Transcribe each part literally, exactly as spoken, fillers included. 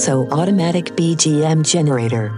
アイエスオー Automatic ビージーエム Generator。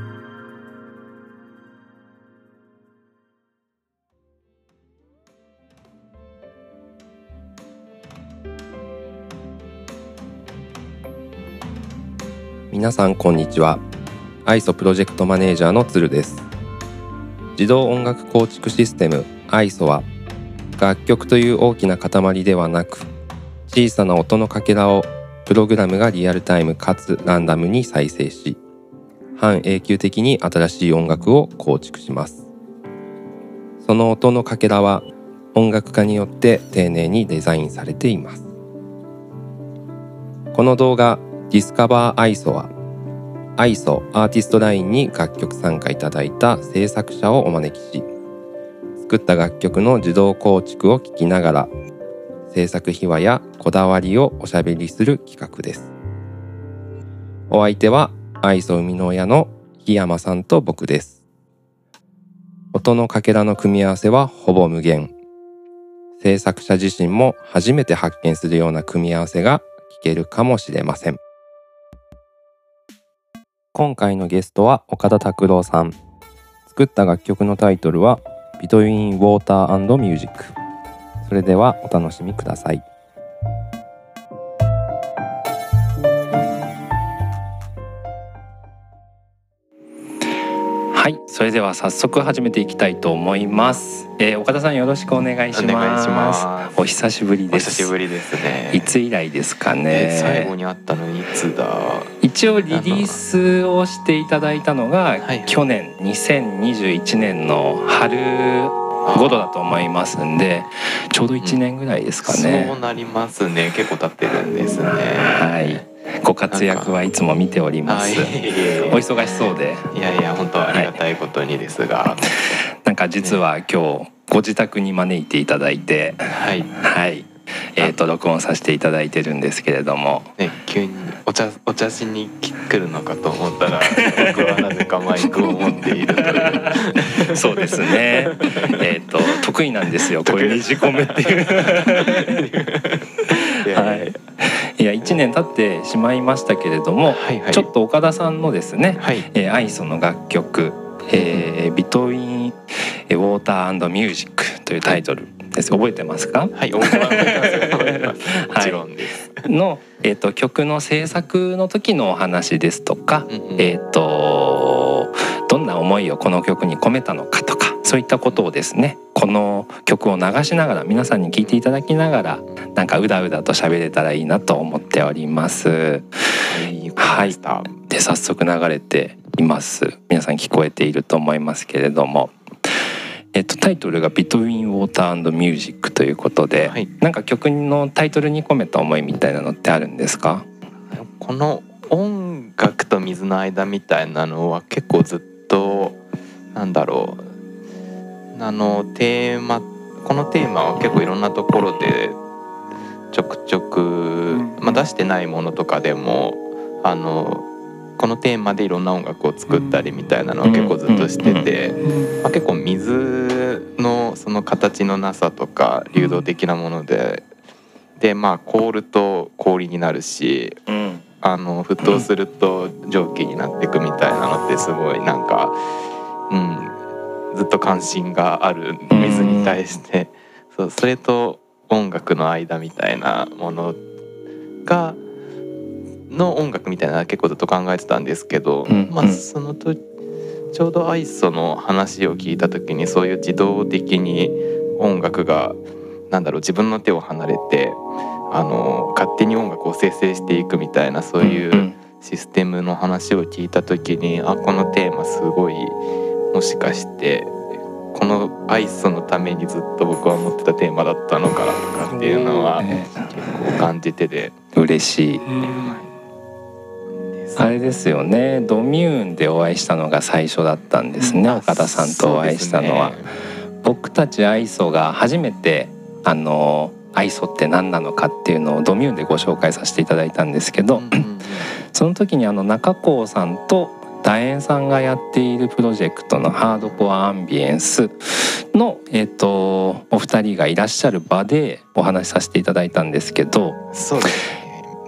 皆さんこんにちは。アイエスオー プロジェクトマネージャーの鶴です。自動音楽構築システム アイエスオー は楽曲という大きな塊ではなく、小さな音のかけらをプログラムがリアルタイムかつランダムに再生し、半永久的に新しい音楽を構築します。その音のかけらは音楽家によって丁寧にデザインされています。この動画Discover アイエスオー は アイエスオー アーティストラインに楽曲参加いただいた制作者をお招きし、作った楽曲の自動構築を聞きながら制作秘話やこだわりをおしゃべりする企画です。お相手は アイエスオー 生みの親の檜山さんと僕です。音のかけらの組み合わせはほぼ無限。制作者自身も初めて発見するような組み合わせが聞けるかもしれません。今回のゲストは岡田拓郎さん。作った楽曲のタイトルは Between Water and Music。それではお楽しみください。はい、それでは早速始めていきたいと思います。えー、岡田さんよろしくお願いします。 お願いします。 お久しぶりです。 お久しぶりですね。 いつ以来ですかね。 えー、最後に会ったのいつだ。 一応リリースをしていただいたのが、はい、去年にせんにじゅういちねんの春頃だと思いますんで、ちょうどいちねんぐらいですかね。 うん、そうなりますね。結構経ってるんですね。 はい。ご活躍はいつも見ております。お忙しそうで。 いやいや本当ありがたいことにですが、はい、 なんか実は今日ご自宅に招いていただいて、はいはい、えっと録音させていただいてるんですけれども、 ね、急にお茶お茶しに来るのかと思ったら僕はなぜかマイクを持っているというそうですね。えっと得意なんですよこれねじ込めっていうはい。いやいちねん経ってしまいましたけれども、はいはい、ちょっと岡田さんのですね、はい、えー、アイエスオー の楽曲、えー、Between Water and Music というタイトルです。覚えてますか？ はい、覚えてます。もちろんです。 はい、の、えーと、曲の制作の時のお話ですとか、うんうん、えーと、どんな思いをこの曲に込めたのかとか、そういったことをですね、この曲を流しながら皆さんに聴いていただきながらなんかうだうだと喋れたらいいなと思っております。はい、で早速流れています。皆さん聞こえていると思いますけれども、えっと、タイトルが Between Water and Music ということで、はい、なんか曲のタイトルに込めた思いみたいなのってあるんですか？ この音楽と水の間みたいなのは結構ずっとなんだろうあのテーマこのテーマは結構いろんなところでちょくちょく、まあ、出してないものとかでもあのこのテーマでいろんな音楽を作ったりみたいなのは結構ずっとしてて、まあ、結構水のその形のなさとか流動的なものででまあ凍ると氷になるし、あの沸騰すると蒸気になっていくみたいなのってすごいなんかうんずっと関心がある水に対して、そうそれと音楽の間みたいなものがの音楽みたいなのは結構ずっと考えてたんですけど、うん、まあそのとちょうどアイエスオーの話を聞いた時にそういう自動的に音楽がなんだろう自分の手を離れてあの勝手に音楽を生成していくみたいなそういうシステムの話を聞いた時に、あこのテーマすごいもしかしてこのアイエスオーのためにずっと僕は思ってたテーマだったのかなとかっていうのは結構感じてて嬉しい。あれですよね、ドミューンでお会いしたのが最初だったんですね、岡田さんとお会いしたのは、ね、僕たちアイエスオーが初めてあのアイエスオーって何なのかっていうのをドミューンでご紹介させていただいたんですけど、うんうん、その時にあの中高さんと楕円さんがやっているプロジェクトのハードコアアンビエンスの、えーと、お二人がいらっしゃる場でお話しさせていただいたんですけど、 そうですね、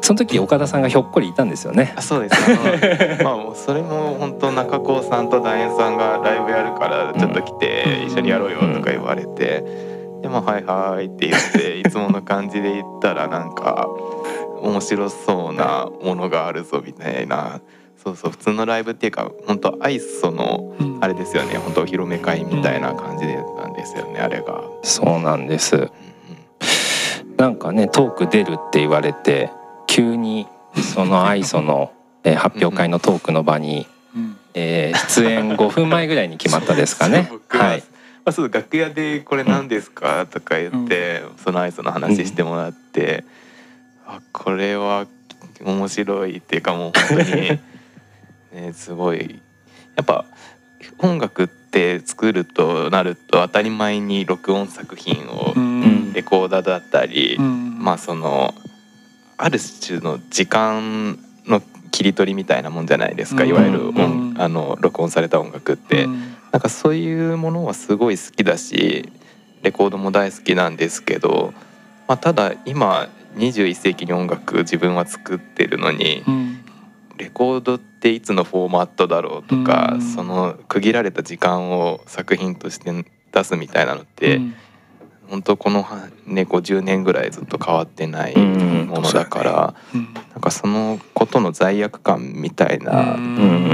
その時岡田さんがひょっこりいたんですよね。 あ、そうです。あのまあもうそれも本当中高さんと団円さんがライブやるからちょっと来て一緒にやろうよとか言われて、でもはいはいって言っていつもの感じで言ったらなんか面白そうなものがあるぞみたいな。そうそう、普通のライブっていうか本当アイソのあれですよね、本当お披露目会みたいな感じでなんですよね、あれが。 そうなんです。なんかねトーク出るって言われて急にそのアイソの発表会のトークの場に、えー、出演ごふんまえぐらいに決まったですかね。はい。 まあ、そう楽屋でこれ何ですかとか言って、うん、そのアイソの話してもらって、うん、あこれは面白いっていうかもう本当に、ね、すごいやっぱ音楽って作るとなると当たり前に録音作品をレコーダーだったり、うん、まあそのある種の時間の切り取りみたいなもんじゃないですか、いわゆる音、うん、あの録音された音楽って、うん、なんかそういうものはすごい好きだしレコードも大好きなんですけど、まあ、ただ今にじゅういっせいきに音楽自分は作ってるのに、うん、レコードっていつのフォーマットだろうとか、うん、その区切られた時間を作品として出すみたいなのって、うん、本当この、ね、ごじゅうねんぐらいずっと変わってないものだから、うん、なんかそのことの罪悪感みたいな、うん、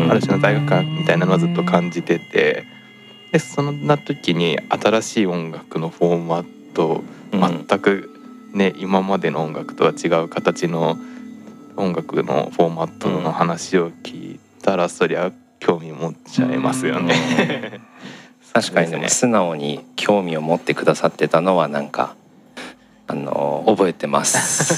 ある種の罪悪感みたいなのはずっと感じてて、でそんな時に新しい音楽のフォーマット、全くね今までの音楽とは違う形の音楽のフォーマットの話を聞いたら、そりゃ興味持っちゃいますよね。 確かにでも素直に興味を持ってくださってたのはなんかあの覚えてます。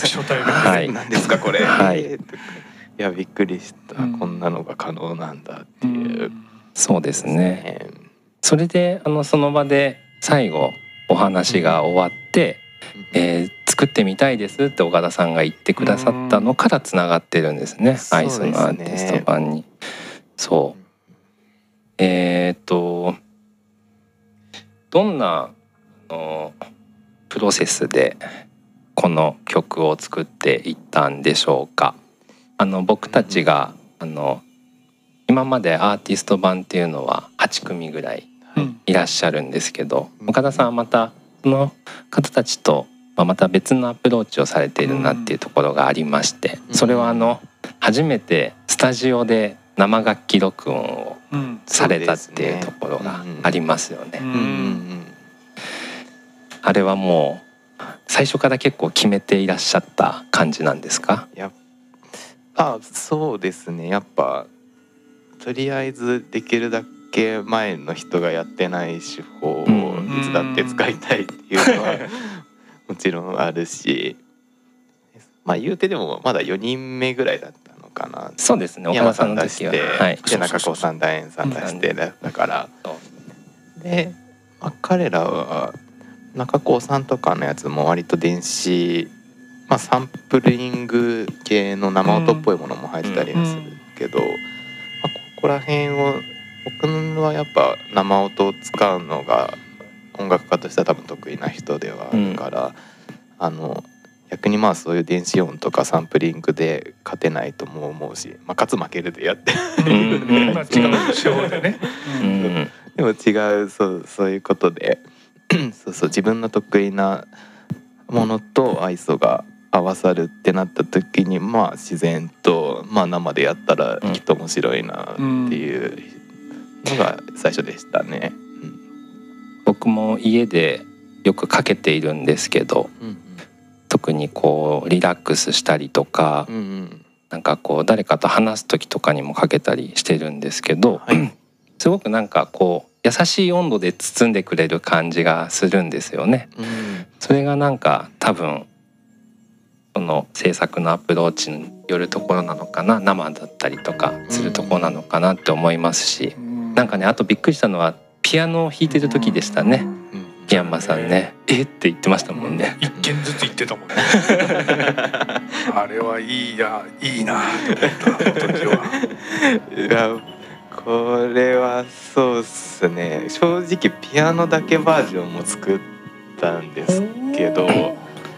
初対面、 はい、何ですかこれ。 はい、 いやびっくりした、うん、こんなのが可能なんだっていう、うん、 そうですね。それであのその場で最後お話が終わって、うん、えー、作ってみたいですって岡田さんが言ってくださったのからつながってるんですね、アイスのアーティスト版に。そう、えー、っとどんなのプロセスでこの曲を作っていったんでしょうか。あの僕たちがあの今までアーティスト版っていうのははちくみぐらいいらっしゃるんですけど、岡田さんはまたその方たちとまた別のアプローチをされているなっていうところがありまして、それはあの初めてスタジオで生楽器録音をされたっていうところがありますよね。あれはもう最初から結構決めていらっしゃった感じなんですか？ やあそうですね、やっぱとりあえずできるだけ前の人がやってない手法をいつだって使いたいっていうのはもちろんあるし、まあ言うてでもまだよにんめぐらいだったのかな。 そうですね、岡田さんの時は出して、はい、で中高さん団円さん出してだから、で、まあ、彼らは中高さんとかのやつも割と電子、まあ、サンプリング系の生音っぽいものも入ってたりはするけど、まあ、ここら辺を僕はやっぱ生音を使うのが音楽家としては多分得意な人ではあるから、うん、あの逆にまあそういう電子音とかサンプリングで勝てないとも思うし、まあ、勝つ負けるでやってるうん、まあ、違う手法でね、 うん、でも違うそうそういうことでそうそう自分の得意なものと愛想が合わさるってなった時に、まあ自然と、まあ、生でやったらきっと面白いなっていうのが最初でしたね。うん、 僕も家でよくかけているんですけど、うんうん、特にこうリラックスしたりとか、うんうん、なんかこう誰かと話す時とかにもかけたりしてるんですけど、はい、すごくなんかこう優しい温度で包んでくれる感じがするんですよね。うん、それがなんか多分その制作のアプローチによるところなのかな、生だったりとかするところなのかなって思いますし、うん、なんかねあとびっくりしたのはピアノを弾いてる時でしたね。木山さんね、えって言ってましたもんね。 一件ずつ言ってたもんね。あれはいいやいいなと思ったあの時は。 これはそうっすね、正直ピアノだけバージョンも作ったんですけど、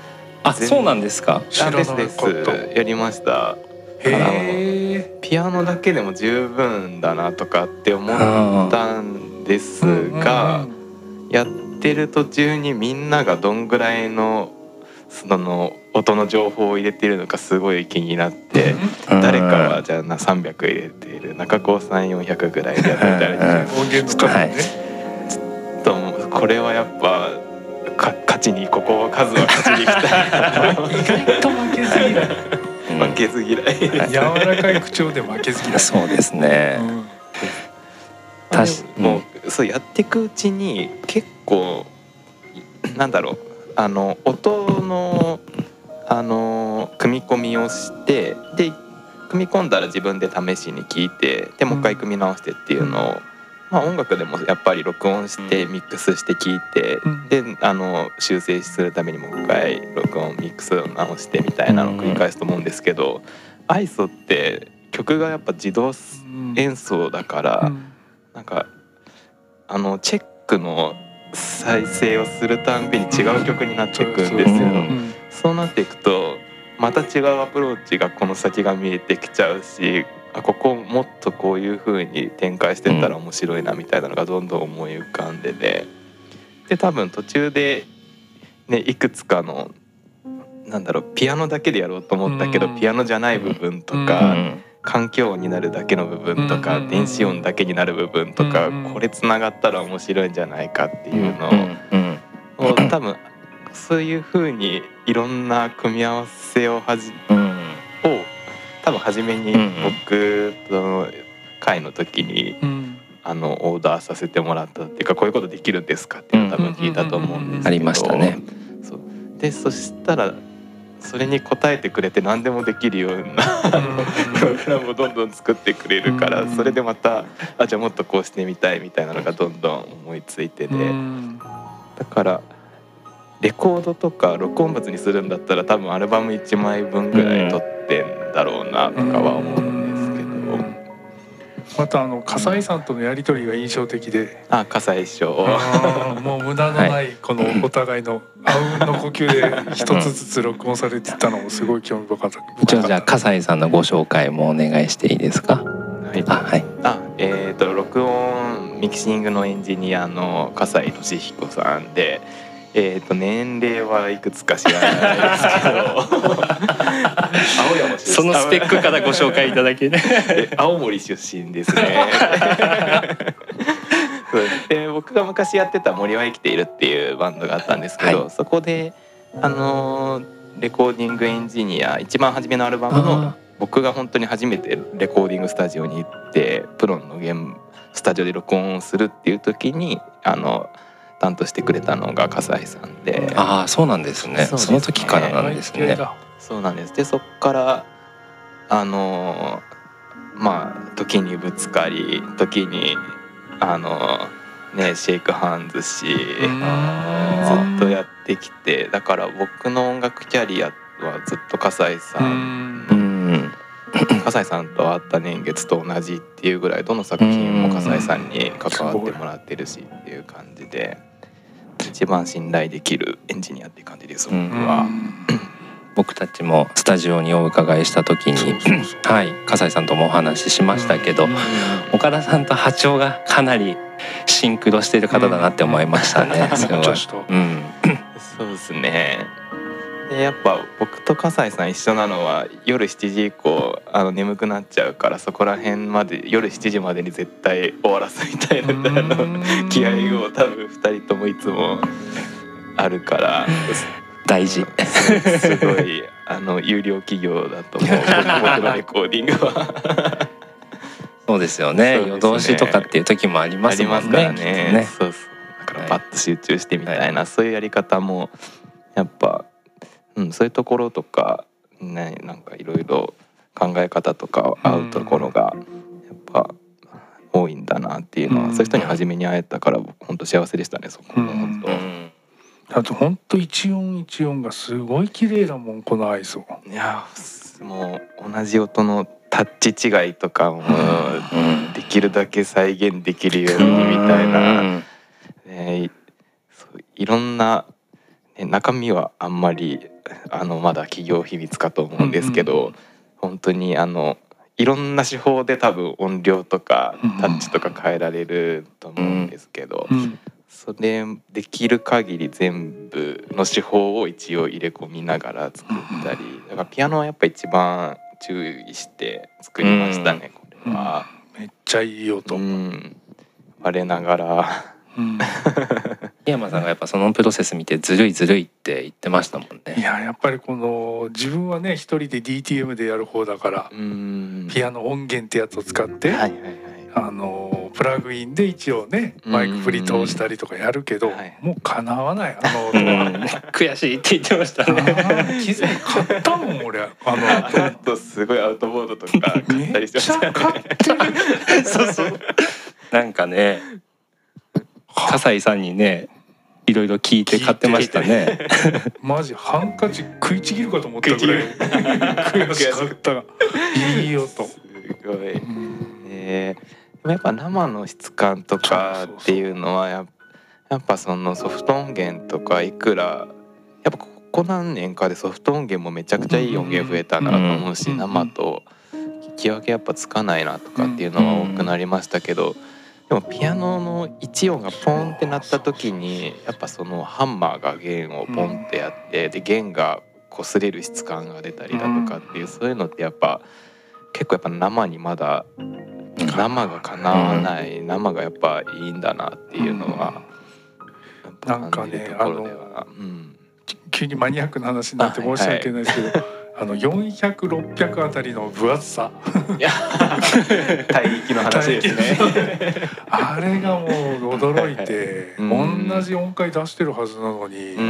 あ、そうなんですか。 知らなかった。 ですですやりました。 へえ。 ピアノだけでも十分だなとかって思ったんですが、やってる途中にみんながどんぐらいのその音の情報を入れているのかすごい気になって、誰かはじゃあさんびゃく入れている、中高さんよんひゃくぐらいでやってたり、 音源の数ね。 ちょっとこれはやっぱか勝ちにここ数は勝ちにいきたい。 意外と負けず嫌い。 負けず嫌い。 柔らかい口調で負けず嫌い。 そうですね。 確かもうそうやっていくうちに結構なんだろう、あの音のあの組み込みをして、で組み込んだら自分で試しに聞いて、でもう一回組み直してっていうのを、まあ、音楽でもやっぱり録音してミックスして聞いて、であの修正するためにもう一回録音ミックスを直してみたいなのを繰り返すと思うんですけど、アイソって曲がやっぱ自動演奏だから、なんかあのチェックの再生をするたんびに違う曲になっていくんですよ。そうなっていくとまた違うアプローチがこの先が見えてきちゃうし、あここもっとこういう風に展開してったら面白いなみたいなのがどんどん思い浮かんでて、で多分途中でねいくつかのなんだろうピアノだけでやろうと思ったけどピアノじゃない部分とか環境音になるだけの部分とか電子音だけになる部分とか、これつながったら面白いんじゃないかっていうのを多分そういう風にいろんな組み合わせをはじを多分初めに僕の会の時にあのオーダーさせてもらったっていうか、こういうことできるんですかっていうのを多分聞いたと思うんですけど、 ありましたね。 そうでそしたらそれに応えてくれて何でもできるようなプログラムをどんどん作ってくれるから、それでまたあじゃあもっとこうしてみたいみたいなのがどんどん思いついてて、だからレコードとか録音物にするんだったら多分アルバムいちまいぶんぐらい撮ってんだろうなとかは思うんですけど、 またあの笠井さんとのやり取りが印象的で、 あ笠井師匠もう無駄のないこのお互いのあうんの呼吸で一つずつ録音されてたのもすごい興味深かった。 一応じゃあ笠井さんのご紹介もお願いしていいですか。 はい、 あはいあえっと録音ミキシングのエンジニアの笠井俊彦さんで、えー、と年齢はいくつか知らないですけど青山出身、 そのスペックからご紹介いただける青森出身ですねで僕が昔やってた森は生きているっていうバンドがあったんですけど、はい、そこであのー、レコーディングエンジニア一番初めのアルバムの僕が本当に初めてレコーディングスタジオに行ってプロのゲームスタジオで録音をするっていう時にあの担当してくれたのが笠井さんで、 ああそうなんですね。その時からなんですね。 そうなんです。でそっからあのまあ時にぶつかり時にあのねシェイクハンズしずっとやってきて、だから僕の音楽キャリアはずっと笠井さんうん笠井さんと会った年月と同じっていうぐらいどの作品も笠井さんに関わってもらってるしっていう感じで一番信頼できるエンジニアっていう感じです僕は。 僕たちもスタジオにお伺いした時にはい笠井さんともお話ししましたけど、岡田さんと波長がかなりシンクロしている方だなって思いましたね。すごい、うん、 そうですね。でやっぱ僕と笠井さん一緒なのは夜しちじ以降あの眠くなっちゃうから、そこら辺まで夜しちじまでに絶対終わらすみたいなあの気合を多分ふたりともいつもあるから大事すごいあの有料企業だと思う僕のレコーディングはそうですよね。夜通しとかっていう時もありますもんね。ありますからね。 ねそうそうだからパッと集中してみたいな、はい、そういうやり方もやっぱうん、そういうところとかね、なんかいろいろ考え方とか合うところがやっぱ多いんだなっていうのは、そういう人に初めに会えたから本当幸せでしたね。そこも本当。あと本当一音一音がすごい綺麗だもんこのアイソ。 いやもう同じ音のタッチ違いとかもできるだけ再現できるようにみたいな、ね、そういろんなね、中身はあんまりあのまだ企業秘密かと思うんですけど、うんうん、本当にあのいろんな手法で多分音量とかタッチとか変えられると思うんですけど、うんうん、それできる限り全部の手法を一応入れ込みながら作ったり、だからピアノはやっぱ一番注意して作りましたね、これは、 うん、めっちゃいい音、うん、 我ながら、うん、 檜山さんがやっぱそのプロセス見てずるいずるいって言ってましたもんね。 いややっぱりこの自分はね一人で ディーティーエム でやる方だから、うん、ピアノ音源ってやつを使って、はいはいはい、あのプラグインで一応ねマイク振り通したりとかやるけど、はい、もうかなわないあの音は悔しいって言ってましたね。 機材買ったもん俺あのあとすごいアウトボードとか買ったりしてましたね。めっちゃ買ってるそうそうなんかね笠井さんにねいろいろ聞いて買ってましたね。 マジハンカチ食いちぎるかと思ったぐらい悔しかったがいい音すごい、うん、えー、やっぱ生の質感とかっていうのは や, やっぱそのソフト音源とかいくらやっぱここ何年かでソフト音源もめちゃくちゃいい音源増えたなと思うし、生と聞き分けやっぱつかないなとかっていうのは多くなりましたけど、でもピアノの一音がポンって鳴った時にやっぱそのハンマーが弦をポンってやって、で弦が擦れる質感が出たりだとかっていう、そういうのってやっぱ結構やっぱ生にまだ生がかなわない、生がやっぱいいんだなっていうのはなんかね、あの、うん、急にマニアックな話になって申し訳ないですけど、はいはい、あのよんひゃく、ろっぴゃくあたりの分厚さいや帯域の話ですねあれがもう驚いて、はいはい、同じ音階出してるはずなのに、うん、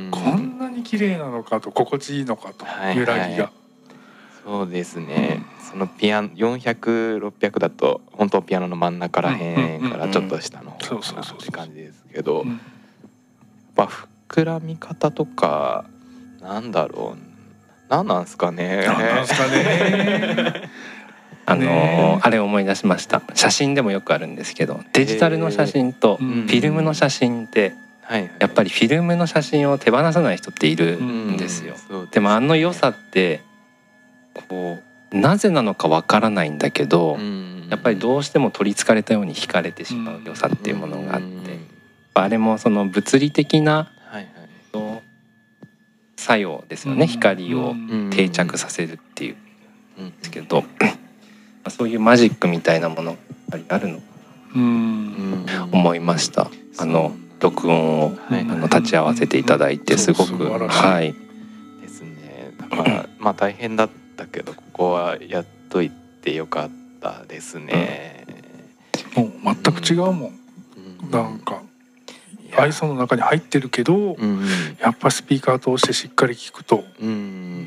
こんなに綺麗なのかと心地いいのかと、はいはい、揺らぎがそうですね、そのピアノよんひゃく、ろっぴゃくだと本当ピアノの真ん中らへんからちょっと下の方かなって感じですけど、やっぱ膨らみ方とかなんだろう何なんすかね。 何なんすかね。 あのー、あれ思い出しました。写真でもよくあるんですけど、デジタルの写真とフィルムの写真ってやっぱりフィルムの写真を手放さない人っているんですよ。でもあの良さってこうなぜなのかわからないんだけど、やっぱりどうしても取りつかれたように惹かれてしまう良さっていうものがあって、あれもその物理的な作用ですよね、光を定着させるっていうんですけど、そういうマジックみたいなものがやっぱりあるのかなと思いました。あの録音をあの立ち会わせていただいてすごくはいですね。だからまあ大変だったけどここはやっといてよかったですね。 もう全く違うもん。なんかアイソの中に入ってるけど、うん、やっぱスピーカー通してしっかり聞くと、うん、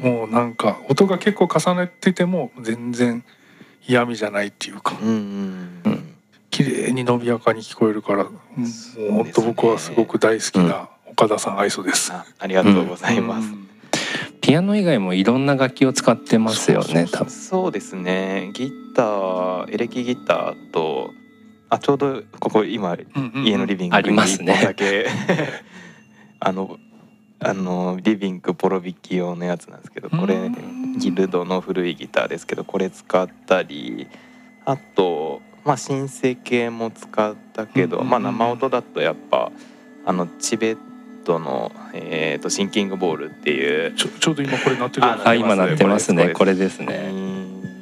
もうなんか音が結構重ねてても全然嫌味じゃないっていうか、うんうん、綺麗に伸びやかに聞こえるから、うん、本当僕はすごく大好きな岡田さんアイソです、 うん、あ, ありがとうございます、うん、 ピアノ以外もいろんな楽器を使ってますよね。 多分そうですね。ギターエレキギターとあちょうどここ今、うんうん、家のリビングにいっぽんだけあのあのリビングポロビキ用のやつなんですけど、これギルドの古いギターですけどこれ使ったり、あとまあシンセ系も使ったけど、うんうん、まあ生音だとやっぱあのチベットの、えー、とシンキングボールっていうち ょ, ちょうど今これ鳴ってるあ今鳴ってますね。これですね。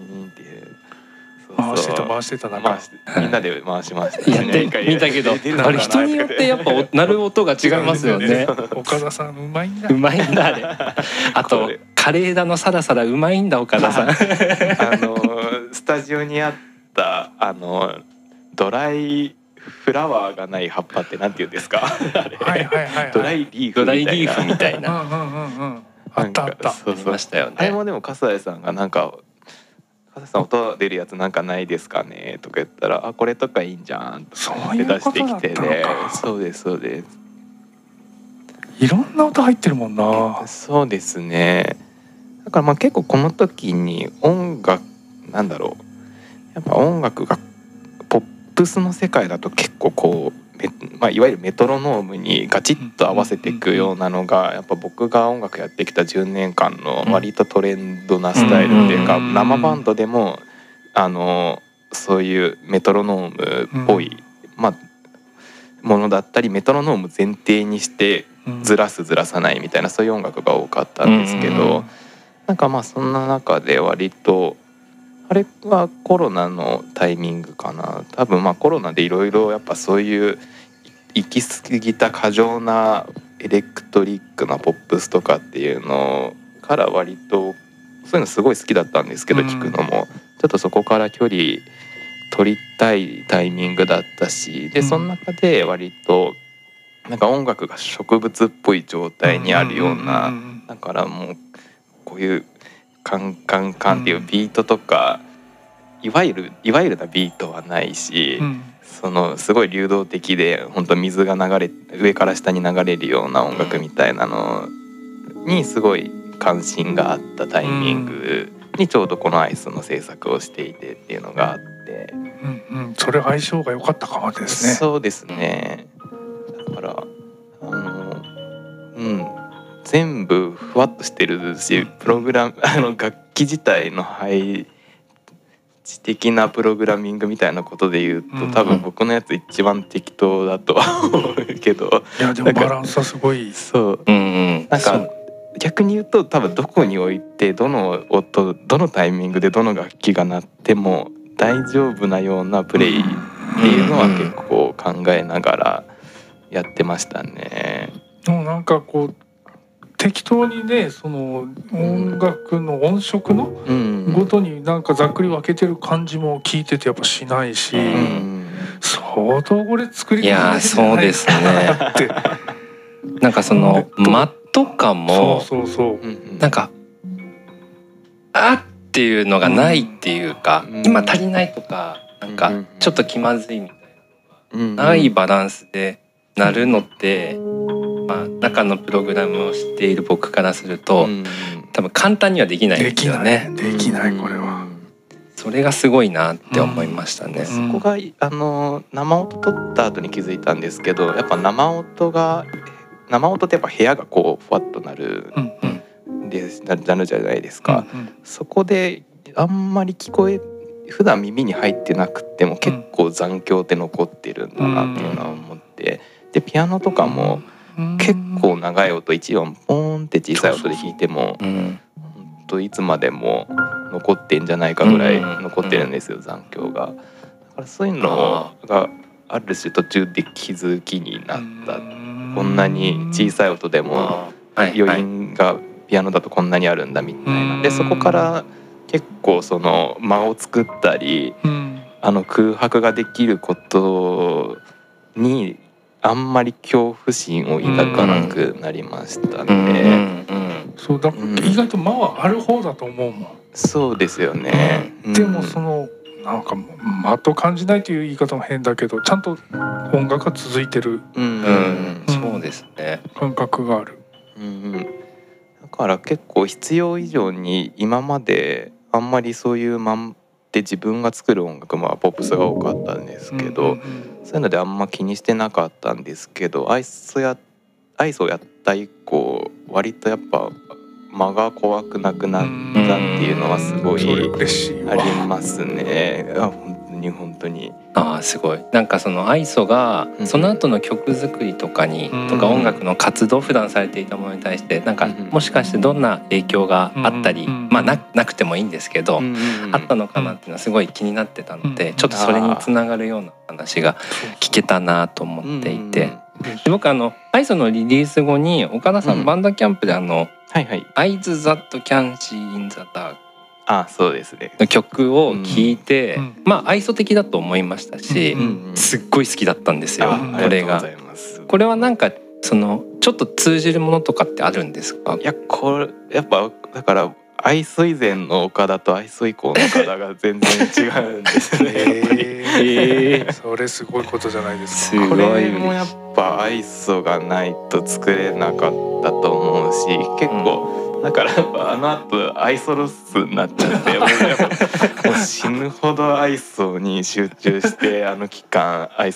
回してた回してたなんかみんなで回しました、 ね、やって見たけどあれ人によってやっぱ鳴る音が違いますよね。 岡田さんうまいんだうまいんだあれ。あと枯枝のサラサラうまいんだ岡田さん。あのスタジオにあったあのドライフラワーがない葉っぱってなんて言うんですか。あれはいはいはい、はい、ドライリーフみたいな。ドライリーフみたいな。うんうんうんうん。 あったあった。 そうそうましたよね。あれもでも笠井さんがなんかさん音出るやつなんかないですかねとか言ったら、あこれとかいいんじゃんとかって出してきてね。そうですそうです。 いろんな音入ってるもんな。 そうですね。だからまあ結構この時に音楽なんだろう、やっぱ音楽がポップスの世界だと結構こうまあ、いわゆるメトロノームにガチッと合わせていくようなのがやっぱ僕が音楽やってきたじゅうねんかんの割とトレンドなスタイルっていうか、生バンドでもあのそういうメトロノームっぽい、まあ、ものだったりメトロノーム前提にしてずらすずらさないみたいなそういう音楽が多かったんですけど、なんかまあそんな中で割とあれはコロナのタイミングかな。多分まあコロナでいろいろやっぱそういう行き過ぎた過剰なエレクトリックなポップスとかっていうのから割とそういうのすごい好きだったんですけど、聞くのもちょっとそこから距離取りたいタイミングだったし、でその中で割となんか音楽が植物っぽい状態にあるような、だからもうこういうカンカンカンっていうビートとか、いわゆるいわゆるなビートはないし、そのすごい流動的で本当水が流れ上から下に流れるような音楽みたいなのにすごい関心があったタイミングにちょうどこのアイスの制作をしていてっていうのがあって、 うんうん、それ相性が良かったかもですね。 そうですね。だからあのうん全部ふわっとしてるし、プログラムあの楽器自体の配置的なプログラミングみたいなことで言うと、多分僕のやつ一番適当だとは思うけど、 いやでもバランスはすごい。 そう、うんうん、なんか逆に言うと多分どこに置いてどの音どのタイミングでどの楽器が鳴っても大丈夫なようなプレイっていうのは結構考えながらやってましたね。 もうなんかこう適当にね、その音楽の音色のごとになんかざっくり分けてる感じも聞いててやっぱしないし、うん、相当これ作り込んでるんじゃないかなって。いやそうですねなんかその間とかもそうそうそうなんかあっていうのがないっていうか、うん、今足りないとかなんかちょっと気まずいみたいな、うん、ないバランスでなるのって、まあ、中のプログラムを知っている僕からすると、うん、多分簡単にはできないんですよね。 できない、できないこれは。 それがすごいなって思いましたね。 うん、そこがあの生音撮った後に気づいたんですけど、やっぱ生音が生音ってやっぱ部屋がこうふわっとなる、うんうん、でなるじゃないですか。うんうん、そこであんまり聞こえ普段耳に入ってなくても結構残響って残ってるんだなっていうのは思って。でピアノとかも結構長い音いち音ポーンって小さい音で弾いても本当いつまでも残ってんじゃないかぐらい残ってるんですよ、残響が。だからそういうのがある種途中で気づきになった。こんなに小さい音でも余韻がピアノだとこんなにあるんだみたいな。でそこから結構その間を作ったりあの空白ができることにあんまり恐怖心を抱かなくなりましたね。 そうだ、意外と間はある方だと思うもん。 そうですよね。 うん、でもそのなんか間と感じないという言い方も変だけど、ちゃんと音楽が続いてる、 うんうんうん、そうですね。 感覚がある。 うん、だから結構必要以上に今まであんまりそういう間で自分が作る音楽もポップスが多かったんですけど、うんうんうん、そういうのであんま気にしてなかったんですけど、アイスやアイスをやった以降割とやっぱ間が怖くなくなったっていうのはすごいありますね。あ本当に本当にあすごい。なんかそのアイソがその後の曲作りとかに、うん、とか音楽の活動普段されていたものに対してなんかもしかしてどんな影響があったり、うん、まあ な, なくてもいいんですけど、うん、あったのかなっていうのはすごい気になってたので、ちょっとそれにつながるような話が聞けたなと思っていて、で僕あのアイソのリリース後に岡田さん、うん、バンドキャンプであのはいはい、 Eyes That Can See in the Dark ああそうですねの曲を聴いて、うん、まあ愛想的だと思いましたし、うんうん、すっごい好きだったんですよ。これがこれはなんかそのちょっと通じるものとかってあるんですか？ いやこれやっぱだから愛想以前の岡田と愛想以降の岡田が全然違うんですね。 えー、それすごいことじゃないですか。 これもやっぱ愛想がないと作れなかったと思うし、結構、うん、だからやっぱあの後愛想ロスになっちゃってもうやっぱもう死ぬほど愛想に集中してあの期間愛想の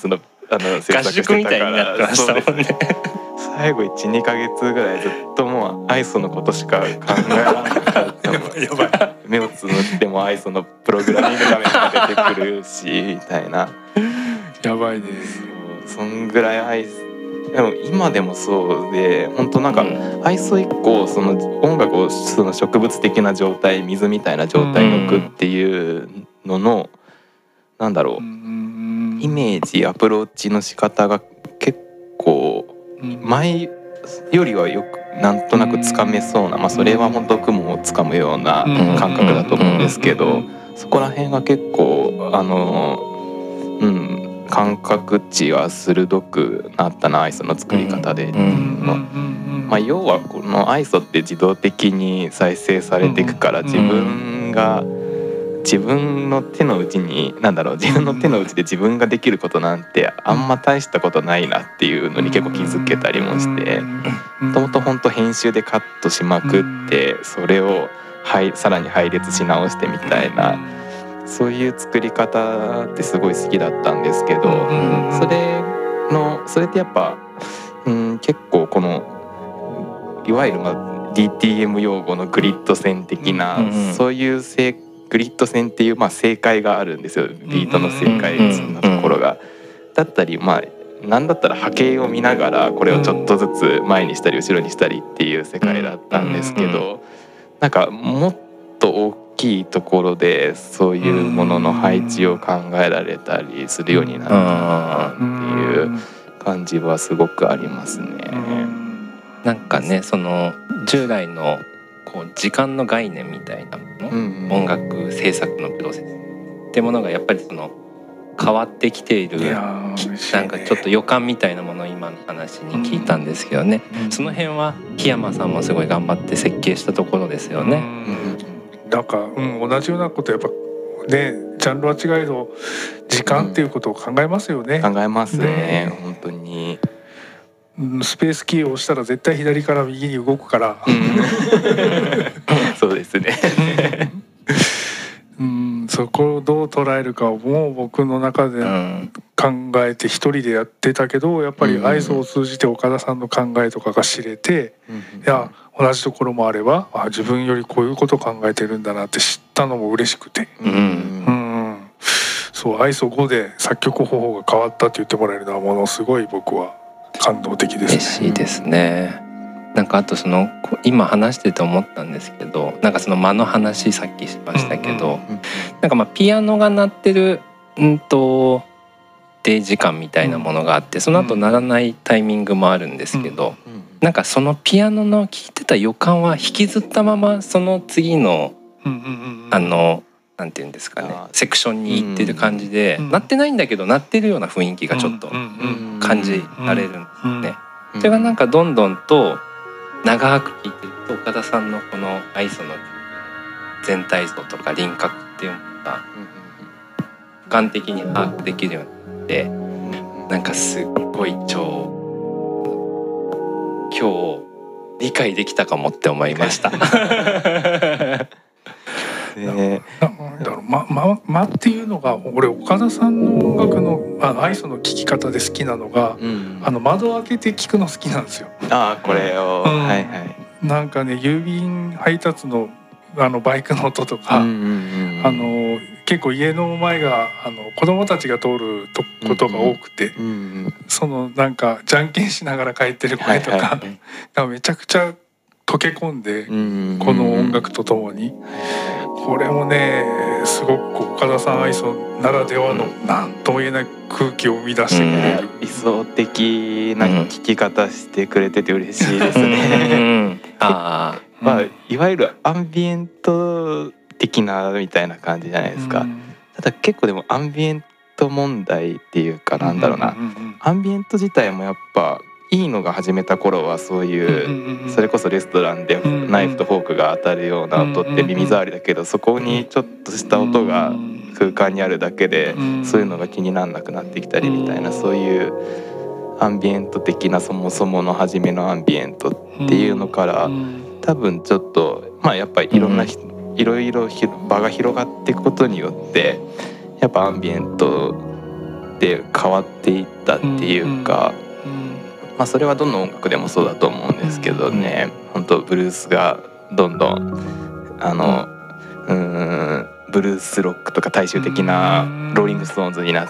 あの制作してたから、 合宿みたいになってましたもんね。 最後 いち,に ヶ月ぐらいずっともうアイソのことしか考えられなかったのやばい目をつむってもアイソのプログラミング画面が出てくるしみたいなやばいね。 そんぐらいアイソでも今でもそうで本当なんかアイソ以降その音楽をその植物的な状態水みたいな状態に置くっていうののなんだろうイメージアプローチの仕方が結構前よりはよくなんとなくつかめそうな、まあ、それは本当雲をつかむような感覚だと思うんですけどそこら辺が結構あのうん感覚値は鋭くなったなアイソの作り方で、まあ、要はこのアイソって自動的に再生されていくから自分が自分の手の内に何だろう自分の手の内で自分ができることなんてあんま大したことないなっていうのに結構気づけたりもしてもともと本当編集でカットしまくってそれをはいさらに配列し直してみたいなそういう作り方ってすごい好きだったんですけどそれのそれってやっぱ、うん、結構このいわゆる、まあ、ディーティーエム 用語のグリッド線的なそういう正グリッド線っていうまあ正解があるんですよビートの正解なところが。だったりまあなんだったら波形を見ながらこれをちょっとずつ前にしたり後ろにしたりっていう世界だったんですけどなんかもっと大きいところでそういうものの配置を考えられたりするようになったなっていう感じはすごくありますね。 なんかねその従来のこう時間の概念みたいなもの、うんうん、音楽制作のプロセスってものがやっぱりその変わってきているいなんかちょっと予感みたいなものを今の話に聞いたんですけどね、うん、その辺は檜山さんもすごい頑張って設計したところですよね。 うん、なんか、うん、同じようなことやっぱねジャンルは違いど時間っていうことを考えますよね。 うん、考えますね、ね本当に。 スペースキーを押したら絶対左から右に動くから、うん、 そうですねうん、そこをどう捉えるかをもう僕の中で考えて一人でやってたけどやっぱりアイソを通じて岡田さんの考えとかが知れて、うん、いや同じところもあればあ自分よりこういうことを考えてるんだなって知ったのも嬉しくて、うんうん、そうアイソごで作曲方法が変わったって言ってもらえるのはものすごい僕は感動的ですね。 嬉しいですね。なんかあとその今話してて思ったんですけどなんかその間の話さっきしましたけど、うんうん、なんかまあピアノが鳴ってるんと定時間みたいなものがあってその後鳴らないタイミングもあるんですけど、うんうん、なんかそのピアノの聴いてた予感は引きずったままその次の、うんうんうん、あのなんていうんですかねセクションに行ってる感じで、うんうん、鳴ってないんだけど鳴ってるような雰囲気がちょっと感じられるんですよね。それがなんかどんどんと長く聴いてると岡田さんのこのアイソの全体像とか輪郭っていうのが俯瞰的に把握できるようになってなんかすっごい超今日理解できたかもって思いましたね、なんだろうまままっていうのが俺岡田さんの音楽のあアイソの聴き方で好きなのが、うん、あの窓開けて聴くの好きなんですよ。 ああこれを、うん、はいはい。 なんかね郵便配達のあのバイクの音とか、うんうんうん、あの結構家の前があの子供たちが通るとことが多くて、うんうん、そのなんかじゃんけんしながら帰ってる声とか、はいはいはい、がめちゃくちゃ溶け込んで、うんうんうん、この音楽とともに。これもねすごく岡田さんアイソならではの何とも言えない空気を生み出してくれる、 うん、理想的な聴き方してくれてて嬉しいですね、うん、あまあいわゆるアンビエント的なみたいな感じじゃないですか、うん、ただ結構でもアンビエント問題っていうかなんだろうな、うんうんうん、アンビエント自体もやっぱいいのが始めた頃はそういうそれこそレストランでナイフとフォークが当たるような音って耳障りだけどそこにちょっとした音が空間にあるだけでそういうのが気にならなくなってきたりみたいなそういうアンビエント的なそもそもの初めのアンビエントっていうのから多分ちょっとまあやっぱりいろんないろいろ場が広がっていくことによってやっぱアンビエントって変わっていったっていうか、まあそれはどの音楽でもそうだと思うんですけどね、本当ブルースがどんどんあのうーんブルースロックとか大衆的なローリングストーンズになって、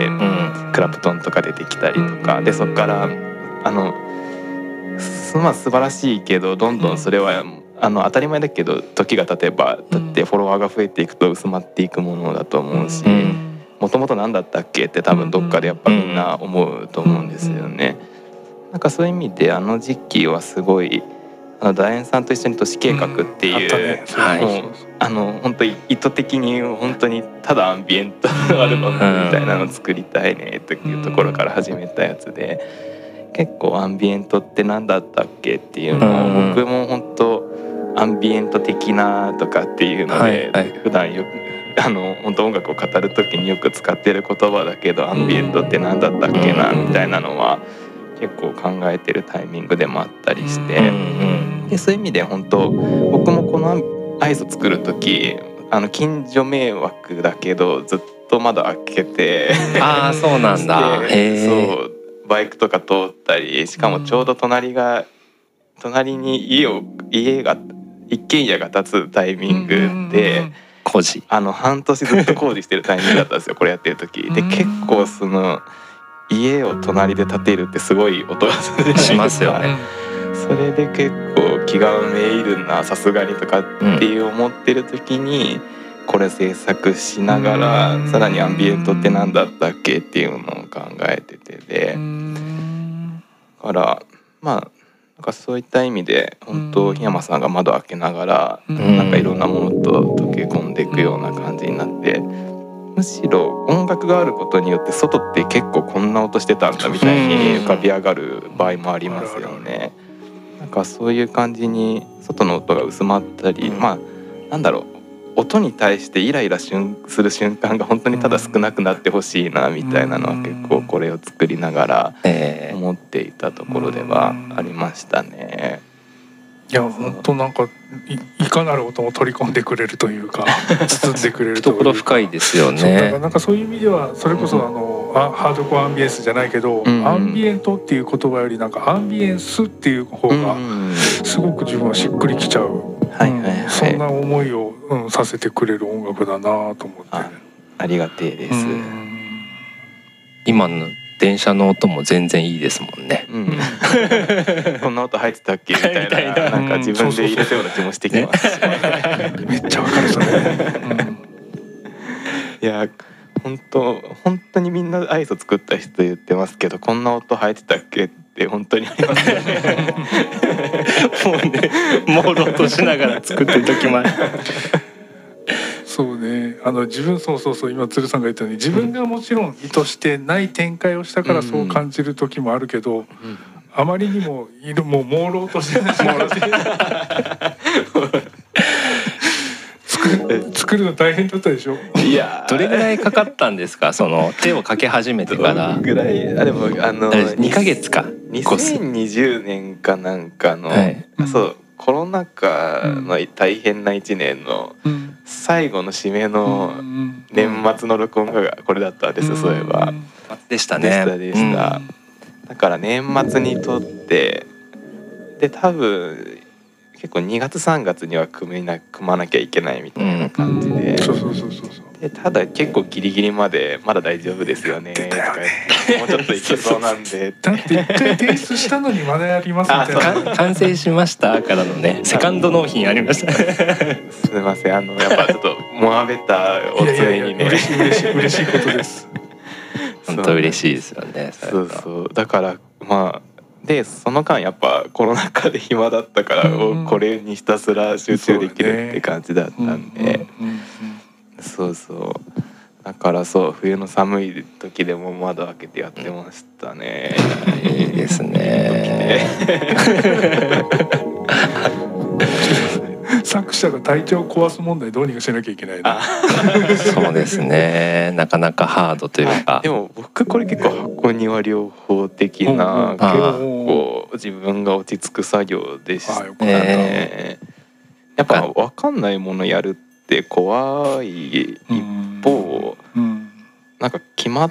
クラプトンとか出てきたりとかで、そこからあのまあ素晴らしいけどどんどんそれはあの当たり前だけど時が経てばだってフォロワーが増えていくと薄まっていくものだと思うし、もともと何だったっけって多分どっかでやっぱみんな思うと思うんですよね。なんかそういう意味であの時期はすごいあのダイアンさんと一緒に都市計画っていう、もうあの本当に意図的に本当にただアンビエントのアルバムみたいなのを作りたいねというところから始めたやつで、結構アンビエントって何だったっけっていうのを僕も本当アンビエント的なとかっていうので普段よくあの本当音楽を語る時によく使ってる言葉だけど、アンビエントって何だったっけなみたいなのは結構考えてるタイミングでもあったりして、でそういう意味で本当僕もこのアイスを作る時あの近所迷惑だけどずっと窓開けてああそうなんだそうバイクとか通ったり、しかもちょうど隣が隣に家を家が一軒家が建つタイミングで工事あの半年ずっと工事してるタイミングだったんですよこれやってる時で。結構その家を隣で建てるってすごい音がするじゃないですか。 しますよね。 それで結構気がめいるなさすがにとかっていう思ってる時にこれ制作しながらさらにアンビエントって何だったっけっていうのを考えてて、でだからまあなんかそういった意味で本当檜山さんが窓開けながらなんかいろんなものと溶け込んでいくような感じになって、むしろ音楽があることによって外って結構こんな音してたんだみたいに浮かび上がる場合もありますよね。なんかそういう感じに外の音が薄まったり、まあなんだろう音に対してイライラする瞬間が本当にただ少なくなってほしいなみたいなのは結構これを作りながら思っていたところではありましたね。 いや本当なんか い, いかなる音も取り込んでくれるというか包んでくれるというか懐深いですよね。 そうだからなんかそういう意味ではそれこそあの、うん、ハードコアアンビエンスじゃないけど、うん、アンビエントっていう言葉よりなんかアンビエンスっていう方がすごく自分はしっくりきちゃう、 はいはいはい、 そんな思いを、うん、させてくれる音楽だなと思って、 あ, ありがてえです、うん、 今の電車の音も全然いいですもんね、うん、 こんな音入ってたっけみたい な, なんか自分で入れたような気もしてきますし、 めっちゃわかるそれ、うん、 いや本当本当にみんなアイスを作った人言ってますけど、こんな音入ってたっけって本当にありますよねもうね朦朧としながら作ってる時もあるそうね、あの自分そうそうそう今鶴さんが言ったように自分がもちろん意図してない展開をしたからそう感じる時もあるけど、うん、あまりにもいるもう朦朧として作る作るの大変だったでしょ。 いやどれぐらいかかったんですか、その手をかけ始めてから。 どれぐらいあでもあのにかげつかにせんにじゅうねんかなんかの、はい、そうコロナ禍の大変ないちねんの最後の締めの年末の録音がこれだったんですよ、そういえば。 でしたね。 でしたでした、うん、だから年末に撮ってで多分結構にがつさんがつには組な組まなきゃいけないみたいな感じで、でただ結構ギリギリまでまだ大丈夫ですよねとか言ってもうちょっといけそうなんでだって一回提出したのにまだやりますみたいな完成しましたからのねセカンド納品ありましたすみません、あのやっぱちょっとモアベタおつめにね嬉しい嬉しい嬉しいことです本当嬉しいですよね。 そうそうだからまあでその間やっぱコロナ禍で暇だったから、うん、これにひたすら集中できるって感じだったんで、そうそうだからそう冬の寒い時でも窓開けてやってましたね。 いいですね作者が体調を壊す問題どうにかしなきゃいけないなそうですね、なかなかハードというか。 でも僕これ結構箱庭療法的な、うん、結構自分が落ち着く作業でしたね、えー、やっぱ分かんないものやるって怖い一方、うんうん、なんか決まっ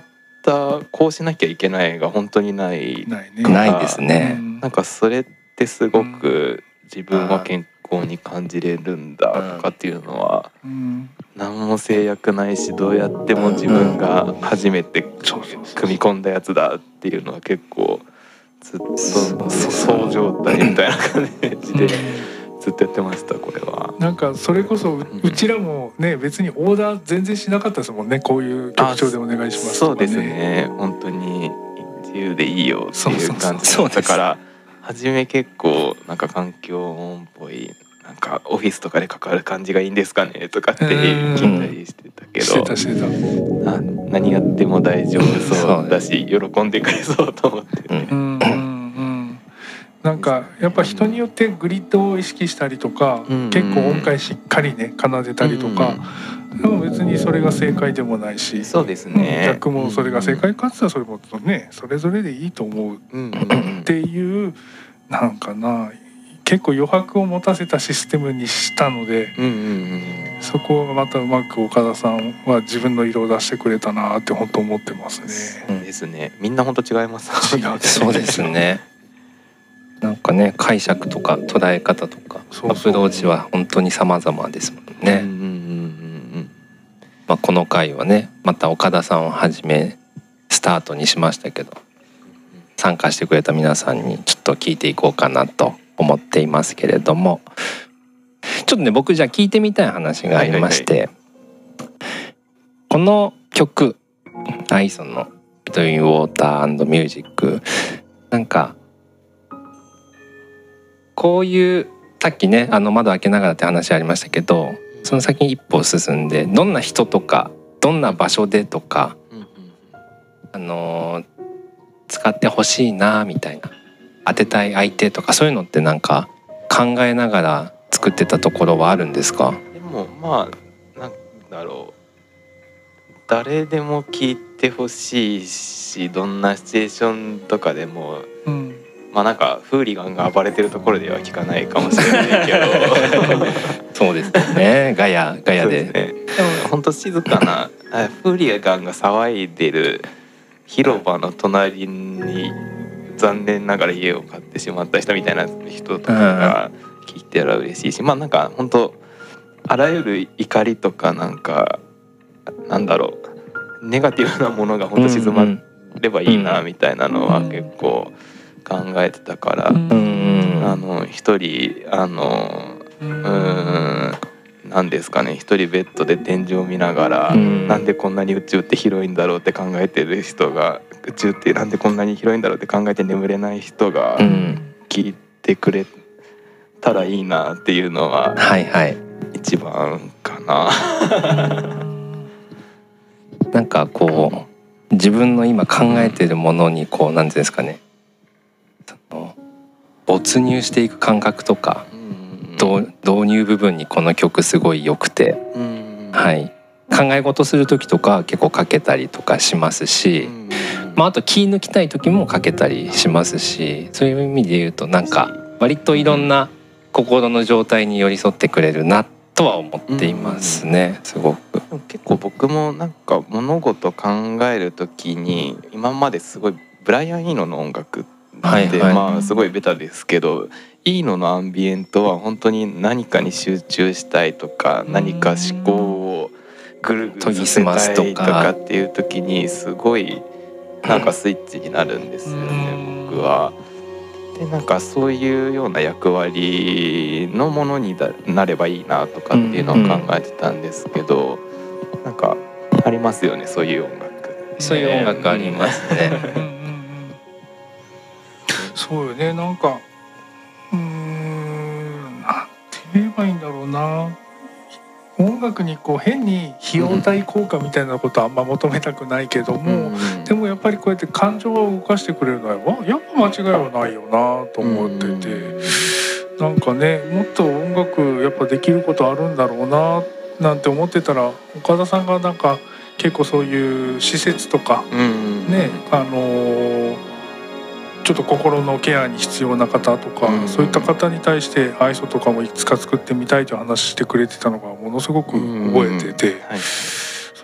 たこうしなきゃいけないが本当にないないね。 ないですね。 なんかそれってすごく自分は健康に感じれるんだとかっていうのは何も制約ないし、どうやっても自分が初めて組み込んだやつだっていうのは結構ずっとそう状態みたいな感じでずっとやってました。これはなんかそれこそうちらもね別にオーダー全然しなかったですもんね。こういう曲調でお願いしますとかね。 そうですね、本当に自由でいいよっていう感じだったから、初め結構なんか環境音っぽい、なんかオフィスとかで関わる感じがいいんですかねとかって聞いたりしてたけど、 してたしてた。 あ、何やっても大丈夫そうだし喜んでくれそうと思って、ね、うんうんうん、 なんかやっぱ人によってグリッドを意識したりとか、うんうん、結構音階しっかりね奏でたりとか、うんうん、でも別にそれが正解でもないし、 そうですね、 逆もそれが正解かって言ったらそれもねそれぞれでいいと思うっていう、なんかな結構余白を持たせたシステムにしたので、うんうんうん、そこをまたうまく岡田さんは自分の色を出してくれたなって本当思ってますね。 そうですね、みんな本当違います。 違うそうですね。なんかね解釈とか捉え方とかアプローチは本当に様々ですもんね。うんうんうんうん、まあ、この回はねまた岡田さんをはじめスタートにしましたけど、参加してくれた皆さんにちょっと聞いていこうかなと思っていますけれども、ちょっとね僕じゃあ聞いてみたい話がありまして、はいはいはい、この曲アイソンの Between Water and Music、 なんかこういうさっきねあの窓開けながらって話ありましたけど、その先に一歩進んでどんな人とかどんな場所でとか、あの使ってほしいなみたいな、当てたい相手とかそういうのってなんか考えながら作ってたところはあるんですか？ でもまあなんだろう、誰でも聞いてほしいし、どんなシチュエーションとかでも、うん、まあなんかフーリガンが暴れてるところでは聞かないかもしれないけどそうですね、ガヤガヤで、でね、でも本当静かなフーリガンが騒いでる広場の隣に残念ながら家を買ってしまった人みたいな人とかが聞いてたら嬉しいし、まあなんか本当あらゆる怒りとかなんかなんだろうネガティブなものが本当静まればいいなみたいなのは結構考えてたから、あの一人あのうーんなんですかね、一人ベッドで天井を見ながら、うん、なんでこんなに宇宙って広いんだろうって考えてる人が、宇宙ってなんでこんなに広いんだろうって考えて眠れない人が聞いてくれたらいいなっていうのは一番かな、はいはい、 なんかこう自分の今考えてるものにこうなんていうんですかね、その没入していく感覚とか、導入部分にこの曲すごい良くて、うん、はい、考え事する時とか結構かけたりとかしますし、うん、まあ、あと気抜きたい時もかけたりしますし、そういう意味で言うとなんか割といろんな心の状態に寄り添ってくれるなとは思っていますね、すごく。 結構僕もなんか物事考える時に今まですごいブライアン・イーノの音楽ってはいはい、まあすごいベタですけど、イーノのアンビエントは本当に何かに集中したいとか、何か思考をぐるぐるさせたいとかっていう時にすごいなんかスイッチになるんですよね、僕は。でなんかそういうような役割のものになればいいなとかっていうのを考えてたんですけど、なんかありますよね、そういう音楽。 そういう音楽ありますね。 そうよね、なんかうーんなんて言えばいいんだろうな、音楽にこう変に費用対効果みたいなことはあんま求めたくないけども、うん、でもやっぱりこうやって感情を動かしてくれるのはやっぱ間違いはないよなと思ってて、うん、なんかねもっと音楽やっぱできることあるんだろうななんて思ってたら、岡田さんがなんか結構そういう施設とか、うん、ねあのーちょっと心のケアに必要な方とか、うん、そういった方に対してアイソとかもいくつか作ってみたいという話してくれてたのがものすごく覚えてて、うんはい、そ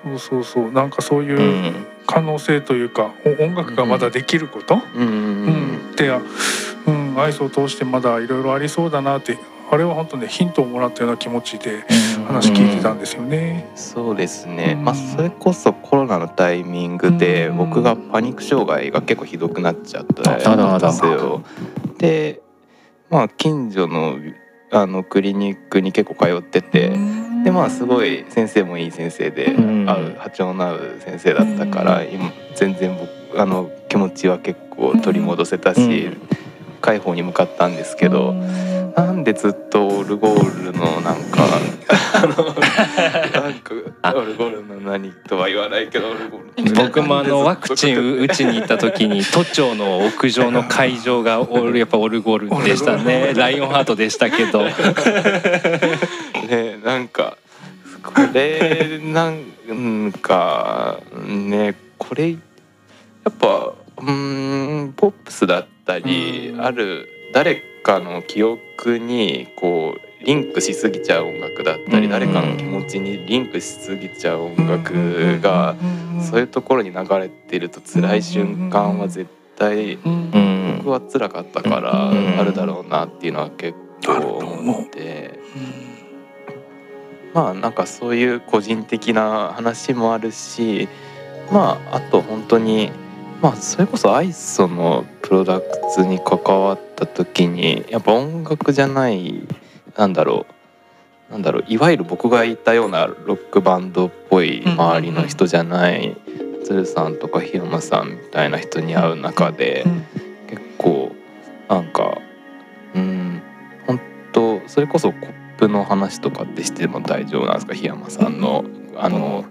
そうそうそう、なんかそういう可能性というか、うん、音楽がまだできること、うんうんうん、で、うん、アイスを通してまだいろいろありそうだなって、あれは本当ねヒントをもらったような気持ちで話聞いてたんですよね。 うん、そうですね、まあ、それこそコロナのタイミングで僕がパニック障害が結構ひどくなっちゃったんですよ。で、まあ、近所のあのクリニックに結構通ってて、でまあすごい先生もいい先生で、合う波長の合う先生だったから、今全然僕あの気持ちは結構取り戻せたし、解放に向かったんですけど、なんでずっとオルゴールのなんかあのなんかオルゴールの何とは言わないけど、オルゴール僕もあのワクチン打ちに行った時に都庁の屋上の会場がやっぱオルゴールでしたね。ライオンハートでしたけどね、なんかこれなんかね、これやっぱうーんポップスだったり、ある誰かの記憶にこうリンクしすぎちゃう音楽だったり、誰かの気持ちにリンクしすぎちゃう音楽がそういうところに流れてると辛い瞬間は絶対僕は辛かったからあるだろうなっていうのは結構思って、まあなんかそういう個人的な話もあるし、まああと本当にまあそれこそアイソのプロダクツに関わった時にやっぱ音楽じゃないなんだろうなんだろういわゆる僕が言ったようなロックバンドっぽい周りの人じゃない鶴さんとか檜山さんみたいな人に会う中で結構なんかうん本当それこそコップの話とかってしても大丈夫なんですか？檜山さんのあの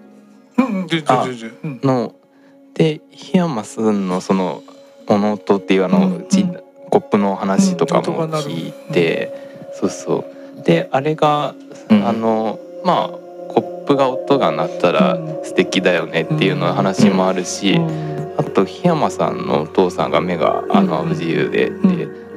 ので檜山さんのその物音っていうあの、うんうん、コップの話とかも聞いて、うん、そうそうであれが、うん、あのまあコップが音が鳴ったら素敵だよねっていうの話もあるし、うん、あと檜山さんのお父さんが目があの不自由で、うん、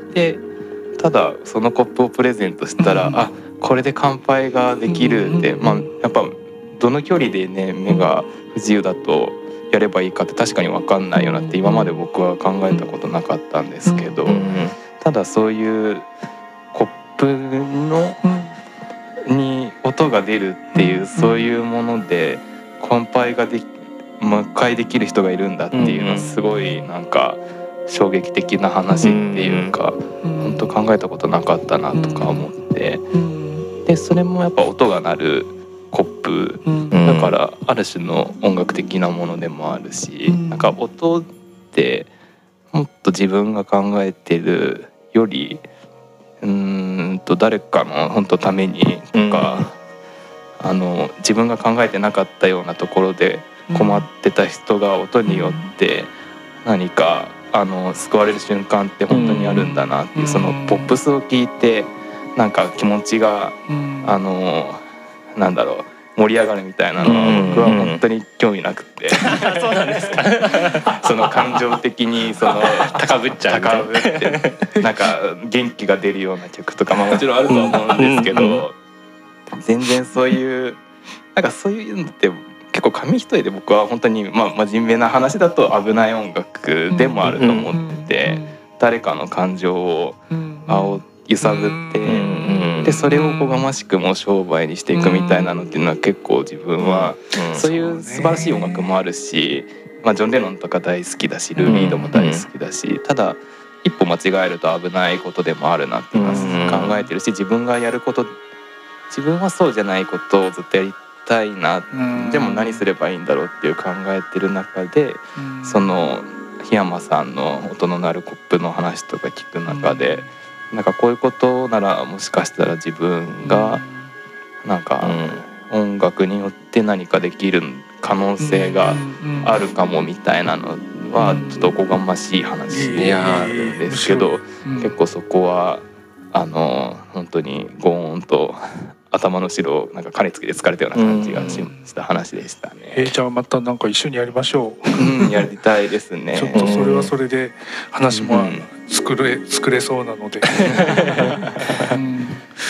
で, でただそのコップをプレゼントしたら、うん、あこれで乾杯ができるって、まあ、やっぱどの距離でね目が不自由だとやればいいかって確かに分かんないよなって今まで僕は考えたことなかったんですけど、ただそういうコップのに音が出るっていうそういうもので乾杯ができもう一回できる人がいるんだっていうのはすごいなんか衝撃的な話っていうか本当考えたことなかったなとか思って、でそれもやっぱ音が鳴るコップだからある種の音楽的なものでもあるし、なんか音ってもっと自分が考えてるよりうーんと誰かの本当ためにとか、あの自分が考えてなかったようなところで困ってた人が音によって何かあの救われる瞬間って本当にあるんだなっていう、そのポップスを聞いてなんか気持ちがあのなんだろう盛り上がるみたいなのは僕は本当に興味なくてそうなんですかその感情的にその高ぶっちゃうみたいな高ぶってなんか元気が出るような曲とか、まあ、もちろんあるとは思うんですけど全然そういうなんかそういうのって結構紙一重で僕は本当にまあ真面目な話だと危ない音楽でもあると思ってて、誰かの感情を煽揺さぶってでそれをこがましくも商売にしていくみたいなのっていうのは結構自分はそういう素晴らしい音楽もあるし、まあジョン・レノンとか大好きだしルー・リードも大好きだし、ただ一歩間違えると危ないことでもあるなっていうのは考えてるし、自分がやること自分はそうじゃないことをずっとやりたいな、でも何すればいいんだろうっていう考えてる中でその檜山さんの音の鳴るコップの話とか聞く中でなんかこういうことならもしかしたら自分がなんか音楽によって何かできる可能性があるかもみたいなのはちょっとおこがましい話なんですけど、結構そこはあの本当にゴーンと頭の後ろをなんか鐘つけて疲れたような感じがした話でしたね。 えー、じゃあまたなんか一緒にやりましょう。 うん、やりたいですね。 ちょっとそれはそれで話も作れ作れそうなので。うん、いや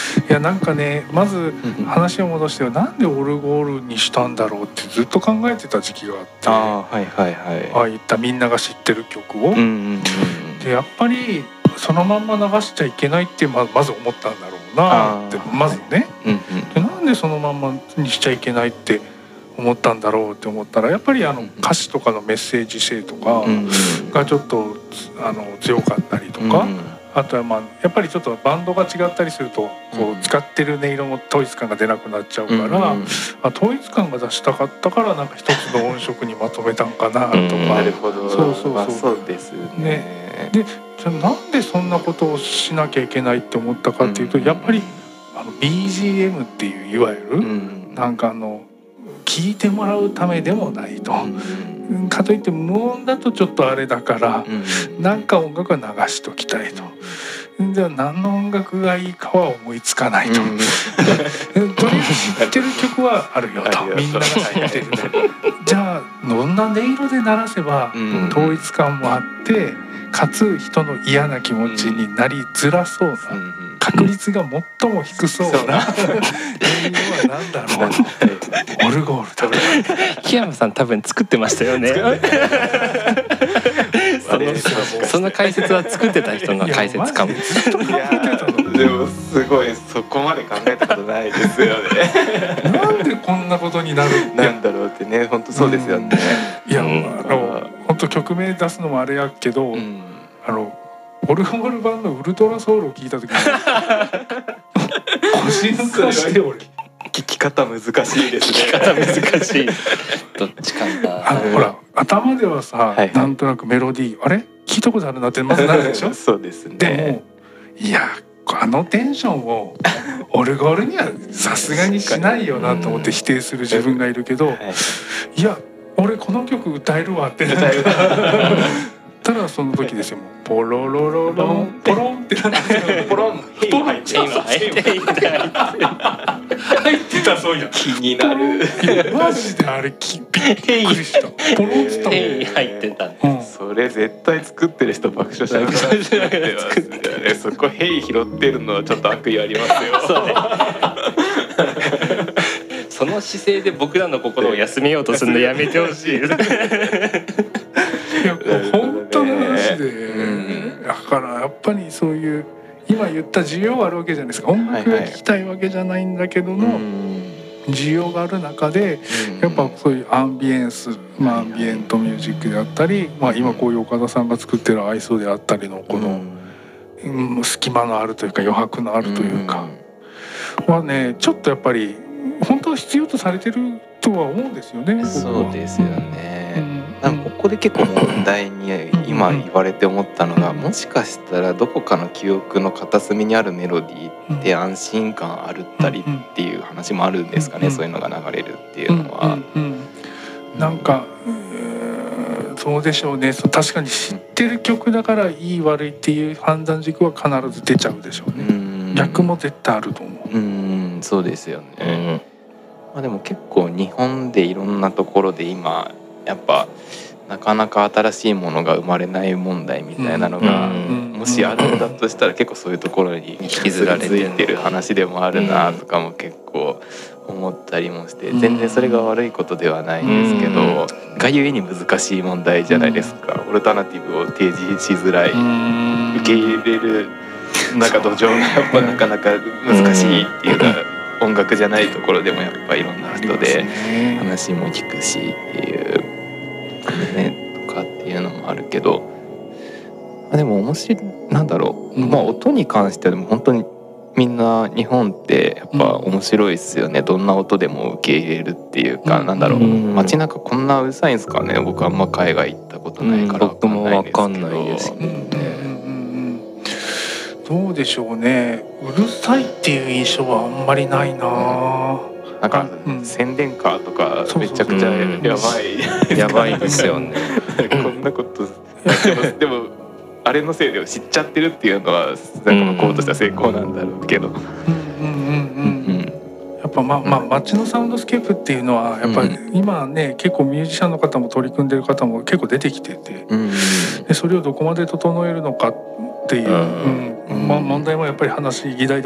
なんかねまず話を戻してなんでオルゴールにしたんだろうってずっと考えてた時期があって、 あーはいはいはい、 ああいったみんなが知ってる曲を、 うんうんうん、 でやっぱりそのまんま流しちゃいけないってままず思ったんだろうなってまずね、うんうん、でなんでそのまんまにしちゃいけないって思ったんだろうって思ったらやっぱりあの歌詞とかのメッセージ性とかがちょっとあの強かったりとか、あとはまあやっぱりちょっとバンドが違ったりするとこう使ってる音色も統一感が出なくなっちゃうから、あ統一感が出したかったからなんか一つの音色にまとめたんかなとか。 なるほど。 そうそうそう。 まあ、そうですね。 で、じゃあなんでそんなことをしなきゃいけないって思ったかっていうと、やっぱりあの ビージーエム っていういわゆるなんかあの聞いてもらうためでもないと。かといって無音だとちょっとあれだから、うん、なんか音楽は流しときたいと。じゃあ何の音楽がいいかは思いつかないと。うん、とりあえず知ってる曲はあるよとみんなが知ってる。じゃあどんな音色で鳴らせば統一感もあってかつ人の嫌な気持ちになりづらそうな、確率が最も低そうな音色は何だろう。オルゴールだ。 檜山さん多分作ってましたよね。そのその解説は作ってた人の解説かも。 でもすごいそこまで考えたことないですよね。 なんでこんなことになるなんだろうってね、本当そうですよね。 うん、いや、うん、あの本当曲名出すのもあれやけど、うん、あのオルゴール版のウルトラソウルを聞いた時に腰抜かして俺。 聞き方難しいですね。聞き方難しい。どっちかな。 あのほら頭ではさ、はいはい、なんとなくメロディーあれ聞いたことあるなってまずなるでしょ。 そうですね。 でもいやあのテンションをオルゴールにはさすがにしないよなと思って否定する自分がいるけど、はい、いや俺この曲歌えるわって歌える。ただその時ですよ。もうポロロロロンポロンってなってポロンヘイ入って入ってたそうや。 気になる。 マジであれきびっくりした。ポロンってたもん。 ヘイ入ってた。 うん、それ絶対作ってる人爆笑しちゃうからね。そこヘイ拾ってるのはちょっと悪意ありますよ。 そうね。その姿勢で僕らの心を休めようとするのやめてほしい。 いや本当の話で、うん、だからやっぱりそういう今言った需要があるわけじゃないですか。音楽が聴きたいわけじゃないんだけども、はいはい、需要がある中でやっぱそういうアンビエンス、まあ、アンビエントミュージックであったり、まあ、今こういう岡田さんが作ってる愛想であったりのこの、うん、隙間のあるというか余白のあるというかはねちょっとやっぱり本当は必要とされてるとは思うんですよね。 そうですよね。なんかここで結構問題に今言われて思ったのが、もしかしたらどこかの記憶の片隅にあるメロディーって安心感あるったりっていう話もあるんですかね。そういうのが流れるっていうのは。 なんかそうでしょうね。確かに知ってる曲だからいい悪いっていう判断軸は必ず出ちゃうでしょうね。逆も絶対あると思う。 うん、そうですよね。まあでも結構日本でいろんなところで今やっぱなかなか新しいものが生まれない問題みたいなのがもしあるんだとしたら結構そういうところに引きずられていってる話でもあるなとかも結構思ったりもして、全然それが悪いことではないんですけど、がゆえに難しい問題じゃないですか。オルタナティブを提示しづらい、受け入れるなんか土壌がやっぱなかなか難しいっていうか、音楽じゃないところでもやっぱいろんな人で話も聞くしっていうねとかっていうのもあるけど、でも面白いなんだろう、まあ音に関してはでも本当にみんな日本ってやっぱ面白いですよね。どんな音でも受け入れるっていうか、なんだろう、街中こんなうるさいんですかね。僕あんま海外行ったことないから僕も分かんないですけどね。 どうでしょうね。うるさいっていう印象はあんまりないな。 なんか、うん、宣伝カーとかめちゃくちゃやばいやばいですよね。 こんなことでも、でもあれのせいで知っちゃってるっていうのはなんか向こうとしては成功なんだろうけど、 やっぱまあまあ街のサウンドスケープっていうのはやっぱり今ね結構ミュージシャンの方も取り組んでる方も結構出てきてて、でそれをどこまで整えるのかっていう、うんまあ、問題もやっぱり話議題では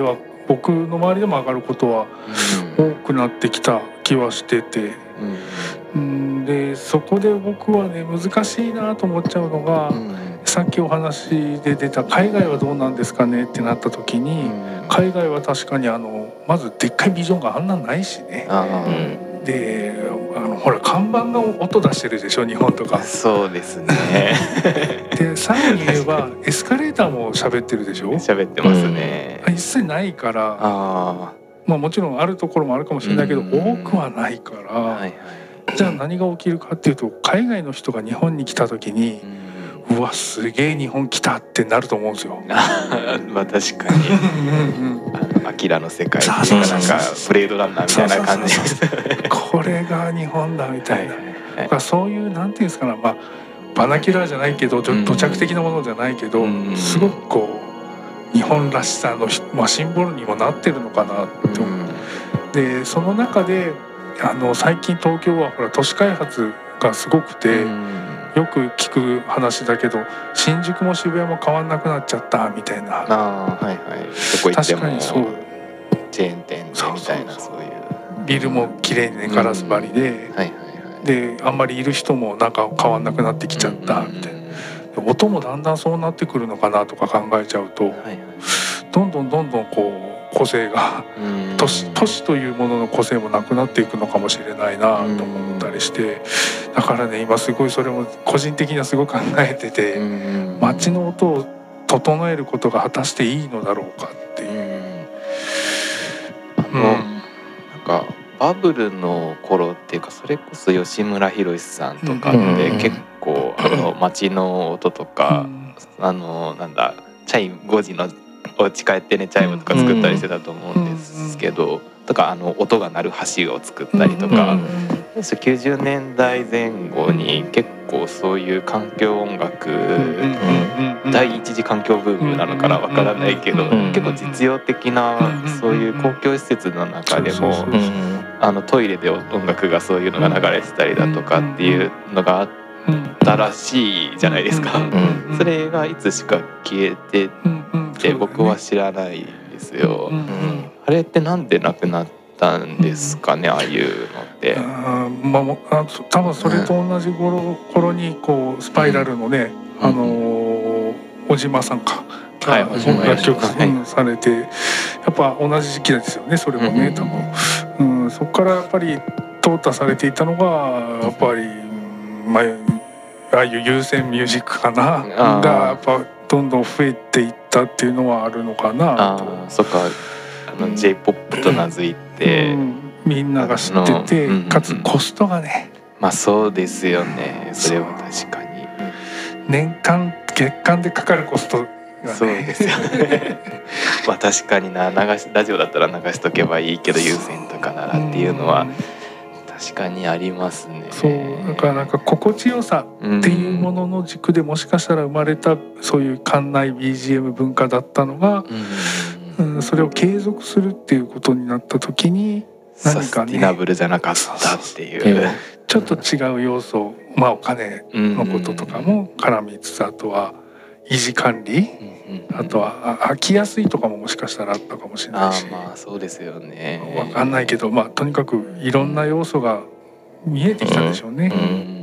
僕の周りでも上がることは多くなってきた気はしてて、うん、でそこで僕はね難しいなと思っちゃうのが、うん、さっきお話で出た海外はどうなんですかねってなった時に、うん、海外は確かにあのまずでっかいビジョンがあんなないしね。うん、であのほら看板が音出してるでしょ日本とか。 そうですねでさらに言えばエスカレーターも喋ってるでしょ。 喋ってますね、 うん、一切ないから、あ、まあ、もちろんあるところもあるかもしれないけど、うん、多くはないから、はいはい、じゃあ何が起きるかっていうと海外の人が日本に来た時に、うん、うわすげえ日本来たってなると思うんですよ。 まあ確かにアキラの世界っていうかなんかブレードランナーみたいな感じです。 これが日本だみたいな、はいはい、そういうなんていうんですかね、まあバナキュラーじゃないけど土着的なものじゃないけど、うん、すごくこう日本らしさの、まあ、シンボルにもなってるのかなって思う、うん、でその中であの最近東京はほら都市開発がすごくて、うん、よく聞く話だけど新宿も渋谷も変わんなくなっちゃったみたいな。 あ、はいはい、どこ行っても確かにそうチェーン店みたいな、そういうビルも綺麗にねガラス張りで、うん、はいはいであんまりいる人もなんか変わんなくなってきちゃったみたいな、音もだんだんそうなってくるのかなとか考えちゃうと、はいはい、どんどんどんどんこう個性が都市、都市というものの個性もなくなっていくのかもしれないなと思ったりして、だからね今すごいそれも個人的にはすごく考えてて、街の音を整えることが果たしていいのだろうかっていう。 うん、なんかバブルの頃っていうかそれこそ吉村弘さんとかって結構あの街の音とかあのなんだチャイムごじのお家帰ってねチャイムとか作ったりしてたと思うんですけど、とかあの音が鳴る橋を作ったりとか、きゅうじゅうねんだいぜん後に結構そういう環境音楽第一次環境ブームなのかなわからないけど、結構実用的なそういう公共施設の中でもあのトイレで音楽がそういうのが流れてたりだとかっていうのがあったらしいじゃないですか。それがいつしか消えてって僕は知らないですよ。あれってなんでなくなったんですかね、ああいうのって。 あ、まあ、多分それと同じ頃、頃にこうスパイラルのね、うん、あのー、小島さんか。はい、楽曲されて、やっぱ同じ時期ですよねそれもね多分、うん、そこからやっぱり淘汰されていたのがやっぱり、まあ、ああいう有線ミュージックかながやっぱどんどん増えていったっていうのはあるのかなと。 あ、そっか、あの ジェイポップ と名付いて、 うん、みんなが知ってて、うんうんうん、かつコストがね、 まあそうですよね、それは確かに年間月間でかかるコストそうですよねまあ確かにな、流しラジオだったら流しとけばいいけど有線とかならっていうのは確かにありますね。 そうだからなんか心地よさっていうものの軸でもしかしたら生まれたそういう館内 ビージーエム 文化だったのが、うんうん、それを継続するっていうことになった時に何かねサスティナブルじゃなかったっていうちょっと違う要素、まあお金のこととかも絡みつつ、あとは維持管理、あとは飽きやすいとかももしかしたらあったかもしれないし、 あ、まあそうですよね、 分かんないけど、まあとにかくいろんな要素が見えてきたでしょうね、うんうん、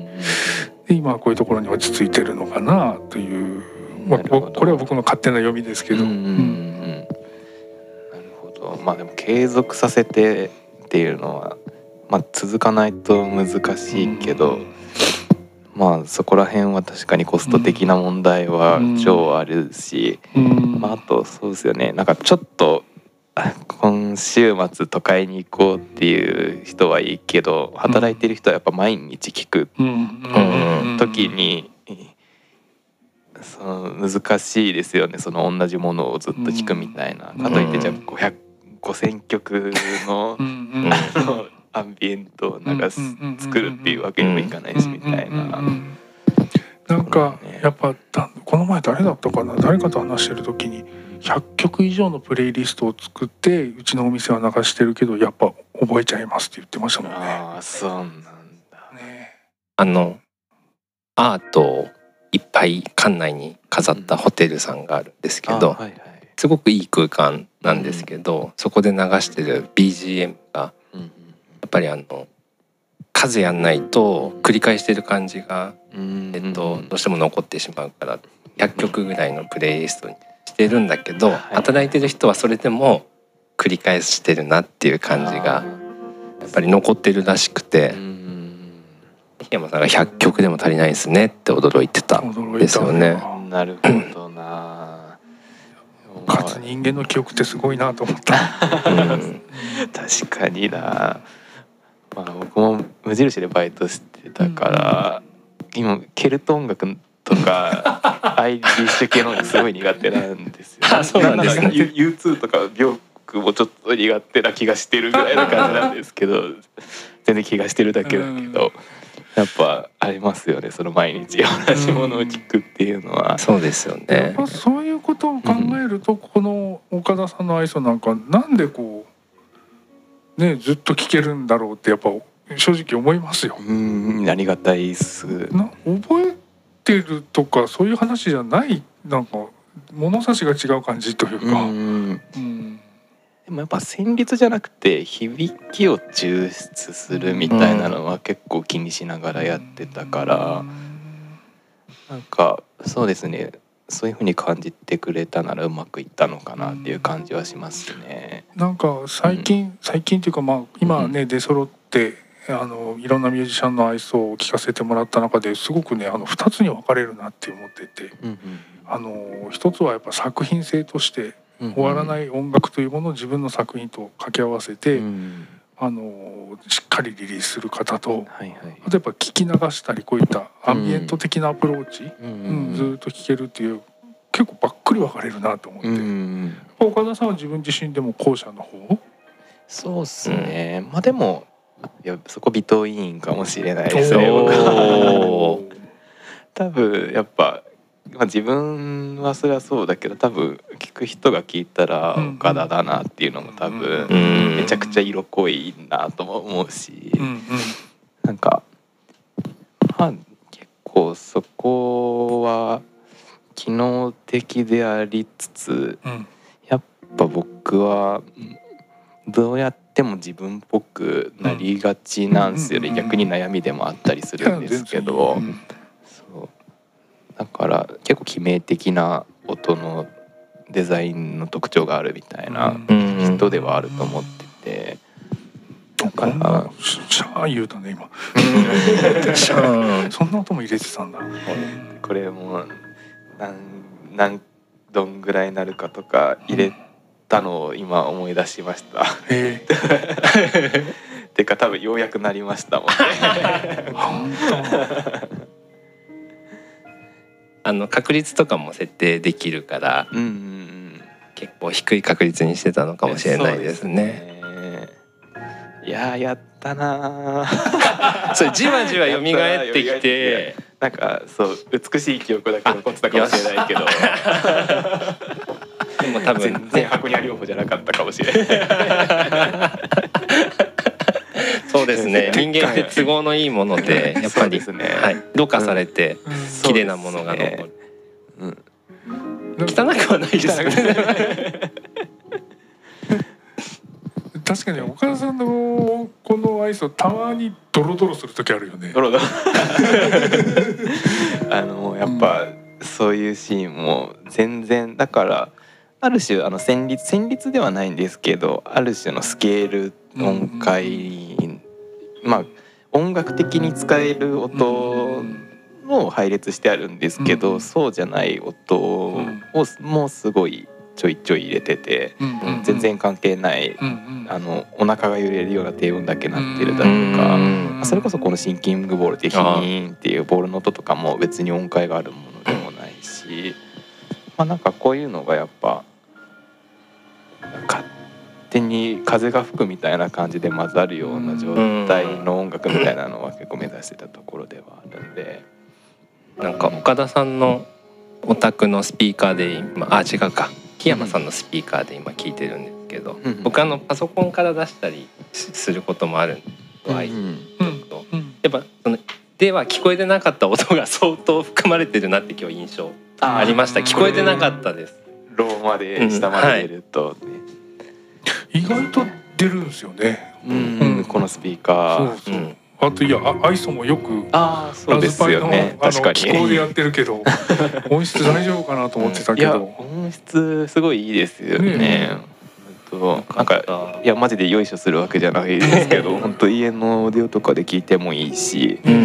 で今はこういうところに落ち着いてるのかなという、まあ、これは僕の勝手な読みですけど、うんうんうん、 なるほど。まあでも継続させてっていうのは、まあ、続かないと難しいけど、うん、まあそこら辺は確かにコスト的な問題は超あるし、うんうん、まああとそうですよね、なんかちょっと今週末都会に行こうっていう人はいいけど、働いてる人はやっぱ毎日聞く時にその難しいですよね、その同じものをずっと聞くみたいな。かといってじゃあごひゃくごせんきょくのアンビエントを流す作るっていうわけにもいかないしみたいな。 なんかやっぱこの前誰だったかな、誰かと話してる時にひゃっきょく以上のプレイリストを作ってうちのお店は流してるけどやっぱ覚えちゃいますって言ってましたもんね。 ああ、そうなんだね。あのアートをいっぱい館内に飾ったホテルさんがあるんですけど、はいはい、 すごくいい空間なんですけど、そこで流してる ビージーエム がやっぱりあの数やんないと繰り返してる感じが、えっと、どうしても残ってしまうからひゃっきょくぐらいのプレイリストにしてるんだけど、働いてる人はそれでも繰り返してるなっていう感じがやっぱり残ってるらしくて、檜山さんがひゃっきょくでも足りないですねって驚いてたんですよね。 なるほどな。 かつ人間の記憶ってすごいなと思った、うん、 確かにな。まあ、僕も無印でバイトしてたから、うん、今ケルト音楽とかアイリッシュ系のすごい苦手なんですよ。 あ、そうなんですね。 ユーツー とかビョークもちょっと苦手な気がしてるぐらいの感じなんですけど全然気がしてるだけだけど、うん、やっぱありますよね、その毎日同じものを聞くっていうのは、うん、 そうですよね。 そういうことを考えると、うん、この岡田さんの愛想なんかなんでこうね、ずっと聞けるんだろうってやっぱ正直思いますよ。 うん、ありがたいっす。 な覚えてるとかそういう話じゃない、なんか物差しが違う感じというか、うん、うん、 でもやっぱ旋律じゃなくて響きを抽出するみたいなのは結構気にしながらやってたから、うん、なんかそうですね、そういう風に感じてくれたならうまくいったのかなっていう感じはしますね。 なんか最近、うん、最近っていうか、まあ今ね、うん、出揃ってあのいろんなミュージシャンの愛想を聞かせてもらった中ですごくね、あのふたつに分かれるなって思ってて、うんうん、あのひとつはやっぱ作品性として終わらない音楽というものを自分の作品と掛け合わせて、うんうん、あのしっかりリリースする方と、はいはい、あとやっぱ聞き流したりこういったアンビエント的なアプローチ、うんうん、ずっと聞けるっていう結構ばっくり分かれるなと思って、うんうん、岡田さんは自分自身でも後者の方？ そうっすね、うん、まあでもいやそこ微糖委員かもしれないですね。僕は多分やっぱ、まあ、自分はそれはそうだけど多分聞く人が聞いたら岡田だなっていうのも多分めちゃくちゃ色濃いなとも思うし、うんうん、なんか、まあ、結構そこは機能的でありつつ、うん、やっぱ僕はどうやっても自分っぽくなりがちなんですよね、うん、逆に悩みでもあったりするんですけど、うん、そうだから結構決め的な音のデザインの特徴があるみたいな人ではあると思ってて、 だからシャー言うたね今シャーそんな音も入れてたんだ。 これも何何どんぐらいなるかとか入れたのを今思い出しました。へえ。てか多分ようやくなりましたもんね。本当。 あの確率とかも設定できるから、うんうんうん、結構低い確率にしてたのかもしれないですね。 いややったな。 それじわじわ蘇ってきて。 なんかそう美しい記憶だけ残ってたかもしれないけどでも多分全然箱庭療法じゃなかったかもしれないそうですね、人間って都合のいいものでやっぱり、ね、はい、ろ過されて綺麗なものが残る、うん、汚くはないですよね確かに岡田さんのこのアイスをたまにドロドロする時あるよね。ドロドロあのやっぱ、うん、そういうシーンも全然だからある種あの旋律旋律ではないんですけどある種のスケール音階、うん、まあ音楽的に使える音も配列してあるんですけど、うん、そうじゃない音をもうすごいちょいちょい入れてて、うんうんうん、全然関係ない、うんうん、あのお腹が揺れるような低音だけ鳴ってるだとか、うんうん、それこそこのシンキングボールってヒーンっていうボールの音とかも別に音階があるものでもないし、まあなんかこういうのがやっぱ勝手に風が吹くみたいな感じで混ざるような状態の音楽みたいなのは結構目指してたところではあるんで、 なんか岡田さんのお宅のスピーカーで今あ違うか檜山さんのスピーカーで今聞いてるんですけど、うん、僕あのパソコンから出したりすることもあるんですけど、うんうん、やっぱそのでは聞こえてなかった音が相当含まれてるなって今日印象ありました。聞こえてなかったです。 ローまで下まで出ると、ね、 うん、意外と出るんですよね、 うんうん、このスピーカー。 そうそう、うん、あといやアイソもよくあそうですよね、 ラズパイの気候でやってるけど音質大丈夫かなと思ってたけど、うん、いや音質すごいいいですよね。ねとなんかいやマジでよいしょするわけじゃないですけど本当家のオーディオとかで聞いてもいいし、うん、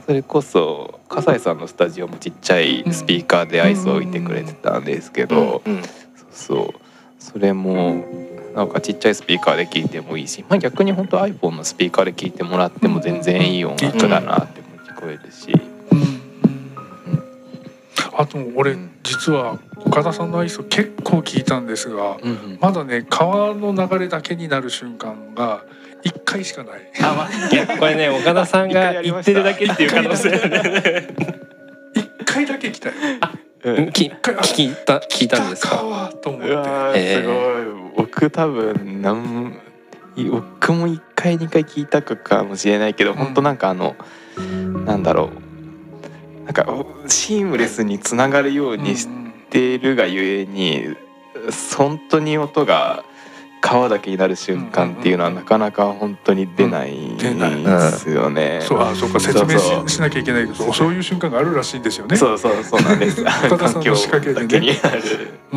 それこそ笠井さんのスタジオもちっちゃいスピーカーでアイスを置いてくれてたんですけど、うんうん、そうそうそれもなんかちっちゃいスピーカーで聴いてもいいし、まあ、逆に本当 iPhone のスピーカーで聴いてもらっても全然いい音楽だなっても聞こえるし、うんうん、 あと俺実は岡田さんのアイスを結構聞いたんですが、うんうん、まだね川の流れだけになる瞬間がいっかいしかない。 あ、まあ、いやこれね岡田さんが言ってるだけっていう可能性いっかいだけ来たよ。 うん、聞いた聞いたんですか。 と思って、 すごい。僕多分なん僕もいっかいにかい聞いたかもしれないけど、うん、本当なんかあのなんだろうなんかシームレスにつながるようにしてるがゆえに、うん、本当に音が川だけになる瞬間っていうのはなかなか本当に出ないんですよね。 そう、あ、そうか、説明 し, しなきゃいけないけど、そういう瞬間があるらしいんですよね。 そうそうそうなんです。 岡田さんの仕掛けでね、 うん、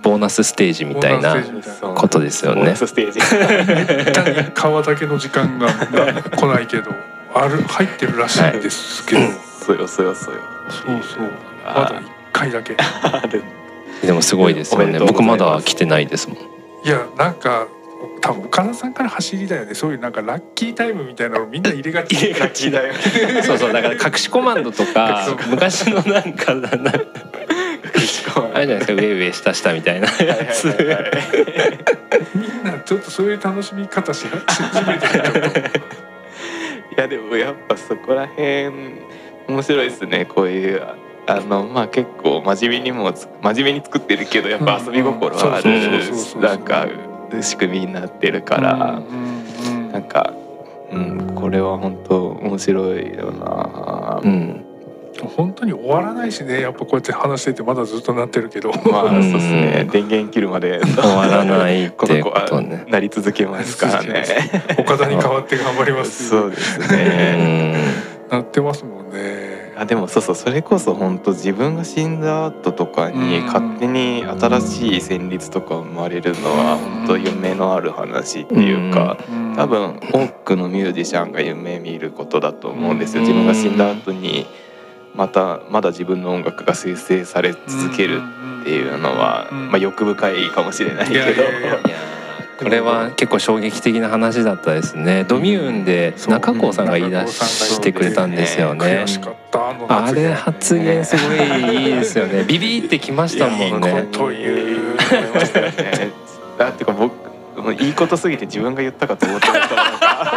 ボーナスステージみたいなことですよね。ボーナスステージ。 めったに川だけの時間が来ないけど、ある入ってるらしいんですけど。はい、 そうよそうよそうよ。 そうそう。まだいっかいだけ。 でもすごいですよね。僕まだ来てないですもん。 いやなんか多分岡田さんから走りだよね。そういうなんかラッキータイムみたいなのみんな入れがち入れがちだよそうそう、だから隠しコマンドとか昔のなんかだな隠しコマンドあれじゃないですか、上上下下みたいなやつみんなちょっとそういう楽しみ方し始めてるちょっといやでもやっぱそこら辺面白いですね。こういうあのまあ結構真面目にも真面目に作ってるけどやっぱ遊び心はあるなんか仕組みになってるからなんか、うん、これは本当面白いよな、うん、 本当に終わらないしね。やっぱこうやって話しててまだずっとなってるけどまあそうですね、電源切るまで終わらないってことね。 なり続けますからね岡田に代わって頑張りますそうですねなってますもんね。 あでもそうそう、それこそ本当自分が死んだ後とかに勝手に新しい旋律とか生まれるのは本当夢のある話っていうか、多分多くのミュージシャンが夢見ることだと思うんですよ。自分が死んだ後にまたまだ自分の音楽が生成され続けるっていうのは、まあ欲深いかもしれないけど。 これは結構衝撃的な話だったですね。ドミューンで中高さんが言い出してくれたんですよね。あれ発言すごいいいですよね。ビビってきましたもんね。 というだってか僕いいことすぎて自分が言ったかと思ってました。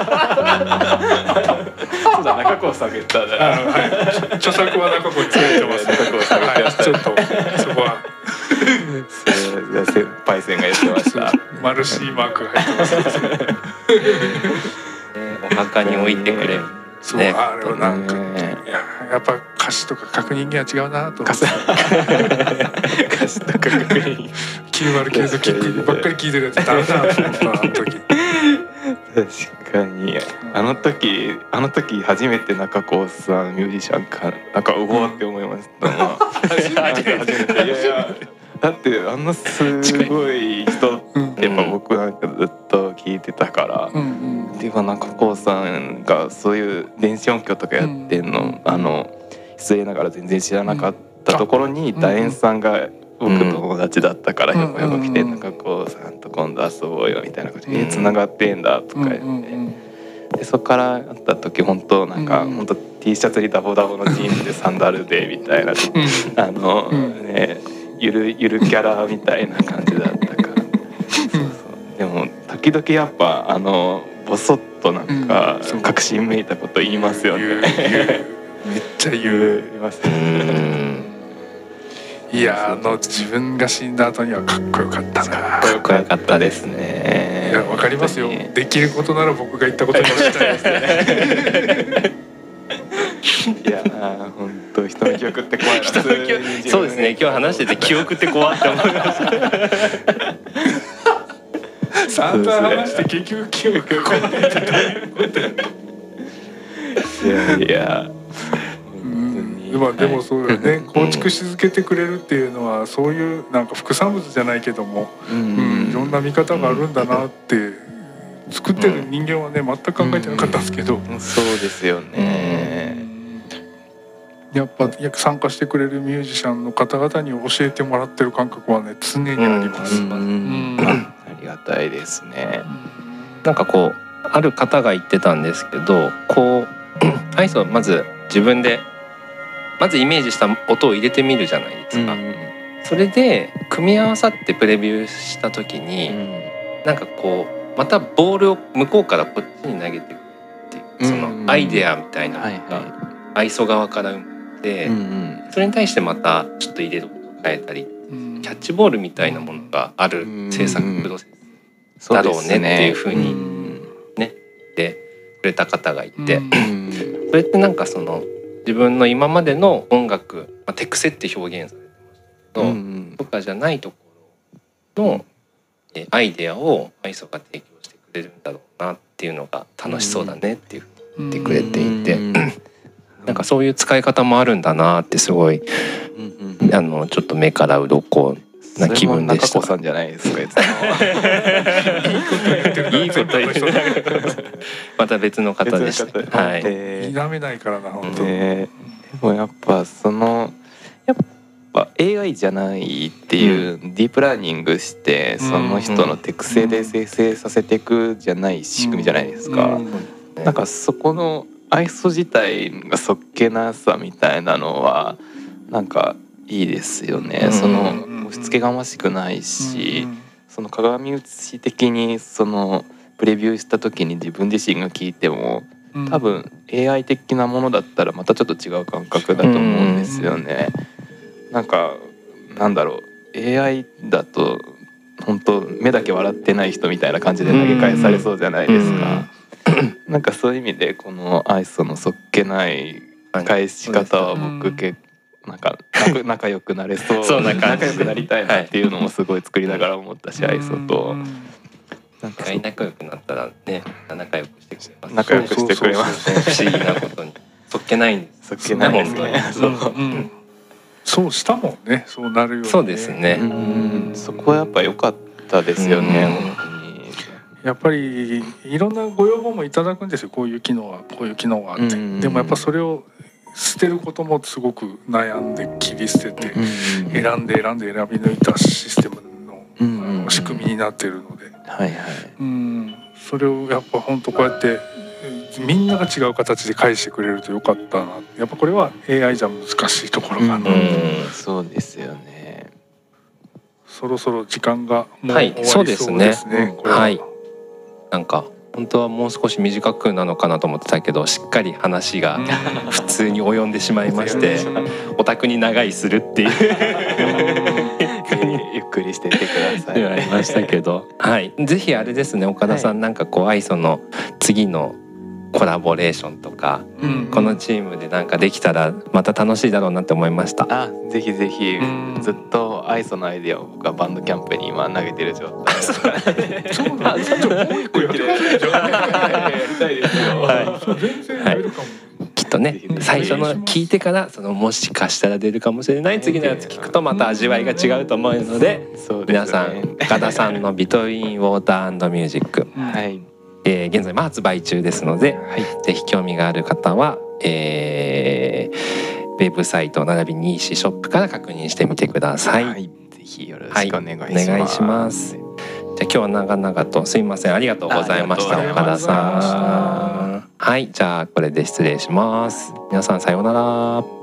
そうだ、中高さんが言ったね。 著作は中高につけてます。中高さんが言った。ちょっとそこは先輩線が言ってました。 マルシーマークが入ってます。 お墓に置いてくれ。 そう、あれはなんかやっぱ歌詞とか確認には違うなと思って。 歌詞とか確認。 きゅうまるきゅうのキックばっかり聞いてるやつダメだと思ったあの時。 確かにあの時あの時初めて中高さんミュージシャンかなんかうおーって思いました。初めて初めていやいやだってあんなすごい人ってやっぱ僕なんかずっと聞いてたから、うんうん、でも中高さんがそういう電子音響とかやってんの、うん、あの失礼ながら全然知らなかったところに楕円さんが僕の友達だったからよくよく来て中高さんと今度遊ぼうよみたいな感じで「え繋がってんだ」とか言ってでそこから会った時本当なんか本当 T シャツにダボダボのジーンズでサンダルでみたいなあのねゆるゆるキャラみたいな感じだったから、そうそうでも時々やっぱあのボソッとなんか確信めいたこと言いますよね。 めっちゃ言う。 言いますね。 いやあの自分が死んだ後にはかっこよかったな。 かっこよかったですね。 いやわかりますよ。できることなら僕が言ったことにもしたいですね。 いや本当人の記憶って怖いな。 人の記憶そうですね。 今日話してて記憶って怖って思いました散々話して結局記憶が怖いってどういうことやねん。 いやいやまあでもそうだよね、構築し続けてくれるっていうのはそういうなんか副産物じゃないけども、うん、いろんな見方があるんだなって作ってる人間はね全く考えてなかったんですけど、 うんうん、そうですよね、 うん、やっぱ参加してくれるミュージシャンの方々に教えてもらってる感覚はね常にあります、うんうん、 ありがたいですね。 なんかこうある方が言ってたんですけど、こうアイスをまず自分でまずイメージした音を入れてみるじゃないですか、うん、それで組み合わさってプレビューした時に、うん、なんかこうまたボールを向こうからこっちに投げてくるっていうそのアイデアみたいなのがアイソ側から生まれて、うんうん、それに対してまたちょっと入れることを変えたり、うん、キャッチボールみたいなものがある制作プロセスだろうねっていうふうにね言ってくれた方がいて、それってなんかその自分の今までの音楽、まあ、手癖って表現されてますけど、うんうん、とかじゃないところのえアイデアをアイソが提供してくれるんだろうなっていうのが楽しそうだねっていうふうに言ってくれていて、うん、なんかそういう使い方もあるんだなってすごい、うんうん、あのちょっと目から鱗な気分でした。 それも中子さんじゃないですか。いいこと言ってるまた別の方でした。はい。 否めないからな本当。 でもやっぱそのやっぱ エーアイ じゃないっていうディープラーニングしてその人の手癖で生成させていくじゃない仕組みじゃないですか。なんかそこのアイソ自体がそっけなさみたいなのはなんかいいですよね。その押し付けがましくないし、その鏡写し的にそのプレビューした時に自分自身が聞いても多分 エーアイ 的なものだったらまたちょっと違う感覚だと思うんですよね。なんかなんだろう エーアイ だと本当目だけ笑ってない人みたいな感じで投げ返されそうじゃないですか。なんかそういう意味でこのアイソのそっけない返し方は僕結構なんか仲良くなれそうそう仲良くなりたいなっていうのもすごい作りながら思ったし、アイソとなんか仲良くなったらね仲良くしてくれます。 仲良くしてくれます。 不思議なことにそっけないんです。 そっけないですね。 そう、うん、そうしたもんね。そうなるように、ね。 そうですね。 うん、そこはやっぱ良かったですよね。本当にやっぱりいろんなご要望もいただくんですよ。こういう機能はこういう機能はあって。でもやっぱそれを捨てることもすごく悩んで切り捨てて選んで選んで選び抜いたシステムの仕組みになっているので、 はいはい、 うんそれをやっぱ本当こうやってみんなが違う形で返してくれるとよかったな。やっぱこれは エーアイ じゃ難しいところかな。 うんうんそうですよね。 そろそろ時間がもう終わりそうですね。 はい、そうですね。これは、はい、なんか本当はもう少し短くなのかなと思ってたけどしっかり話が普通に及んでしまいましてオタクに長居するっていうゆっくりしていてください言われましたけど、はい、ぜひあれですね岡田さん、はい、なんかこうアイソの次のコラボレーションとか、うん、このチームでなんかできたらまた楽しいだろうなって思いました。 あ、ぜひぜひ、うん、ずっとアイソのアイデアを僕はバンドキャンプに今投げてる状態ですからね。 そうなんですよ。もう一個やってください。 やりたいですよ。 はい、全然やるかも。 はい、きっとね最初の聞いてからそのもしかしたら出るかもしれない次のやつ聞くとまた味わいが違うと思うので、皆さん岡田さんのビトウィーンウォーター&ミュージック、はいえー、現在も発売中ですので、はい、ぜひ興味がある方は、えー、ウェブサイト並びに イーシー ショップから確認してみてください。はい、 ぜひよろしくお願いします。 はい、お願いします。じゃあ今日は長々とすいませんありがとうございました岡田さん。はい、じゃあこれで失礼します。皆さんさようなら。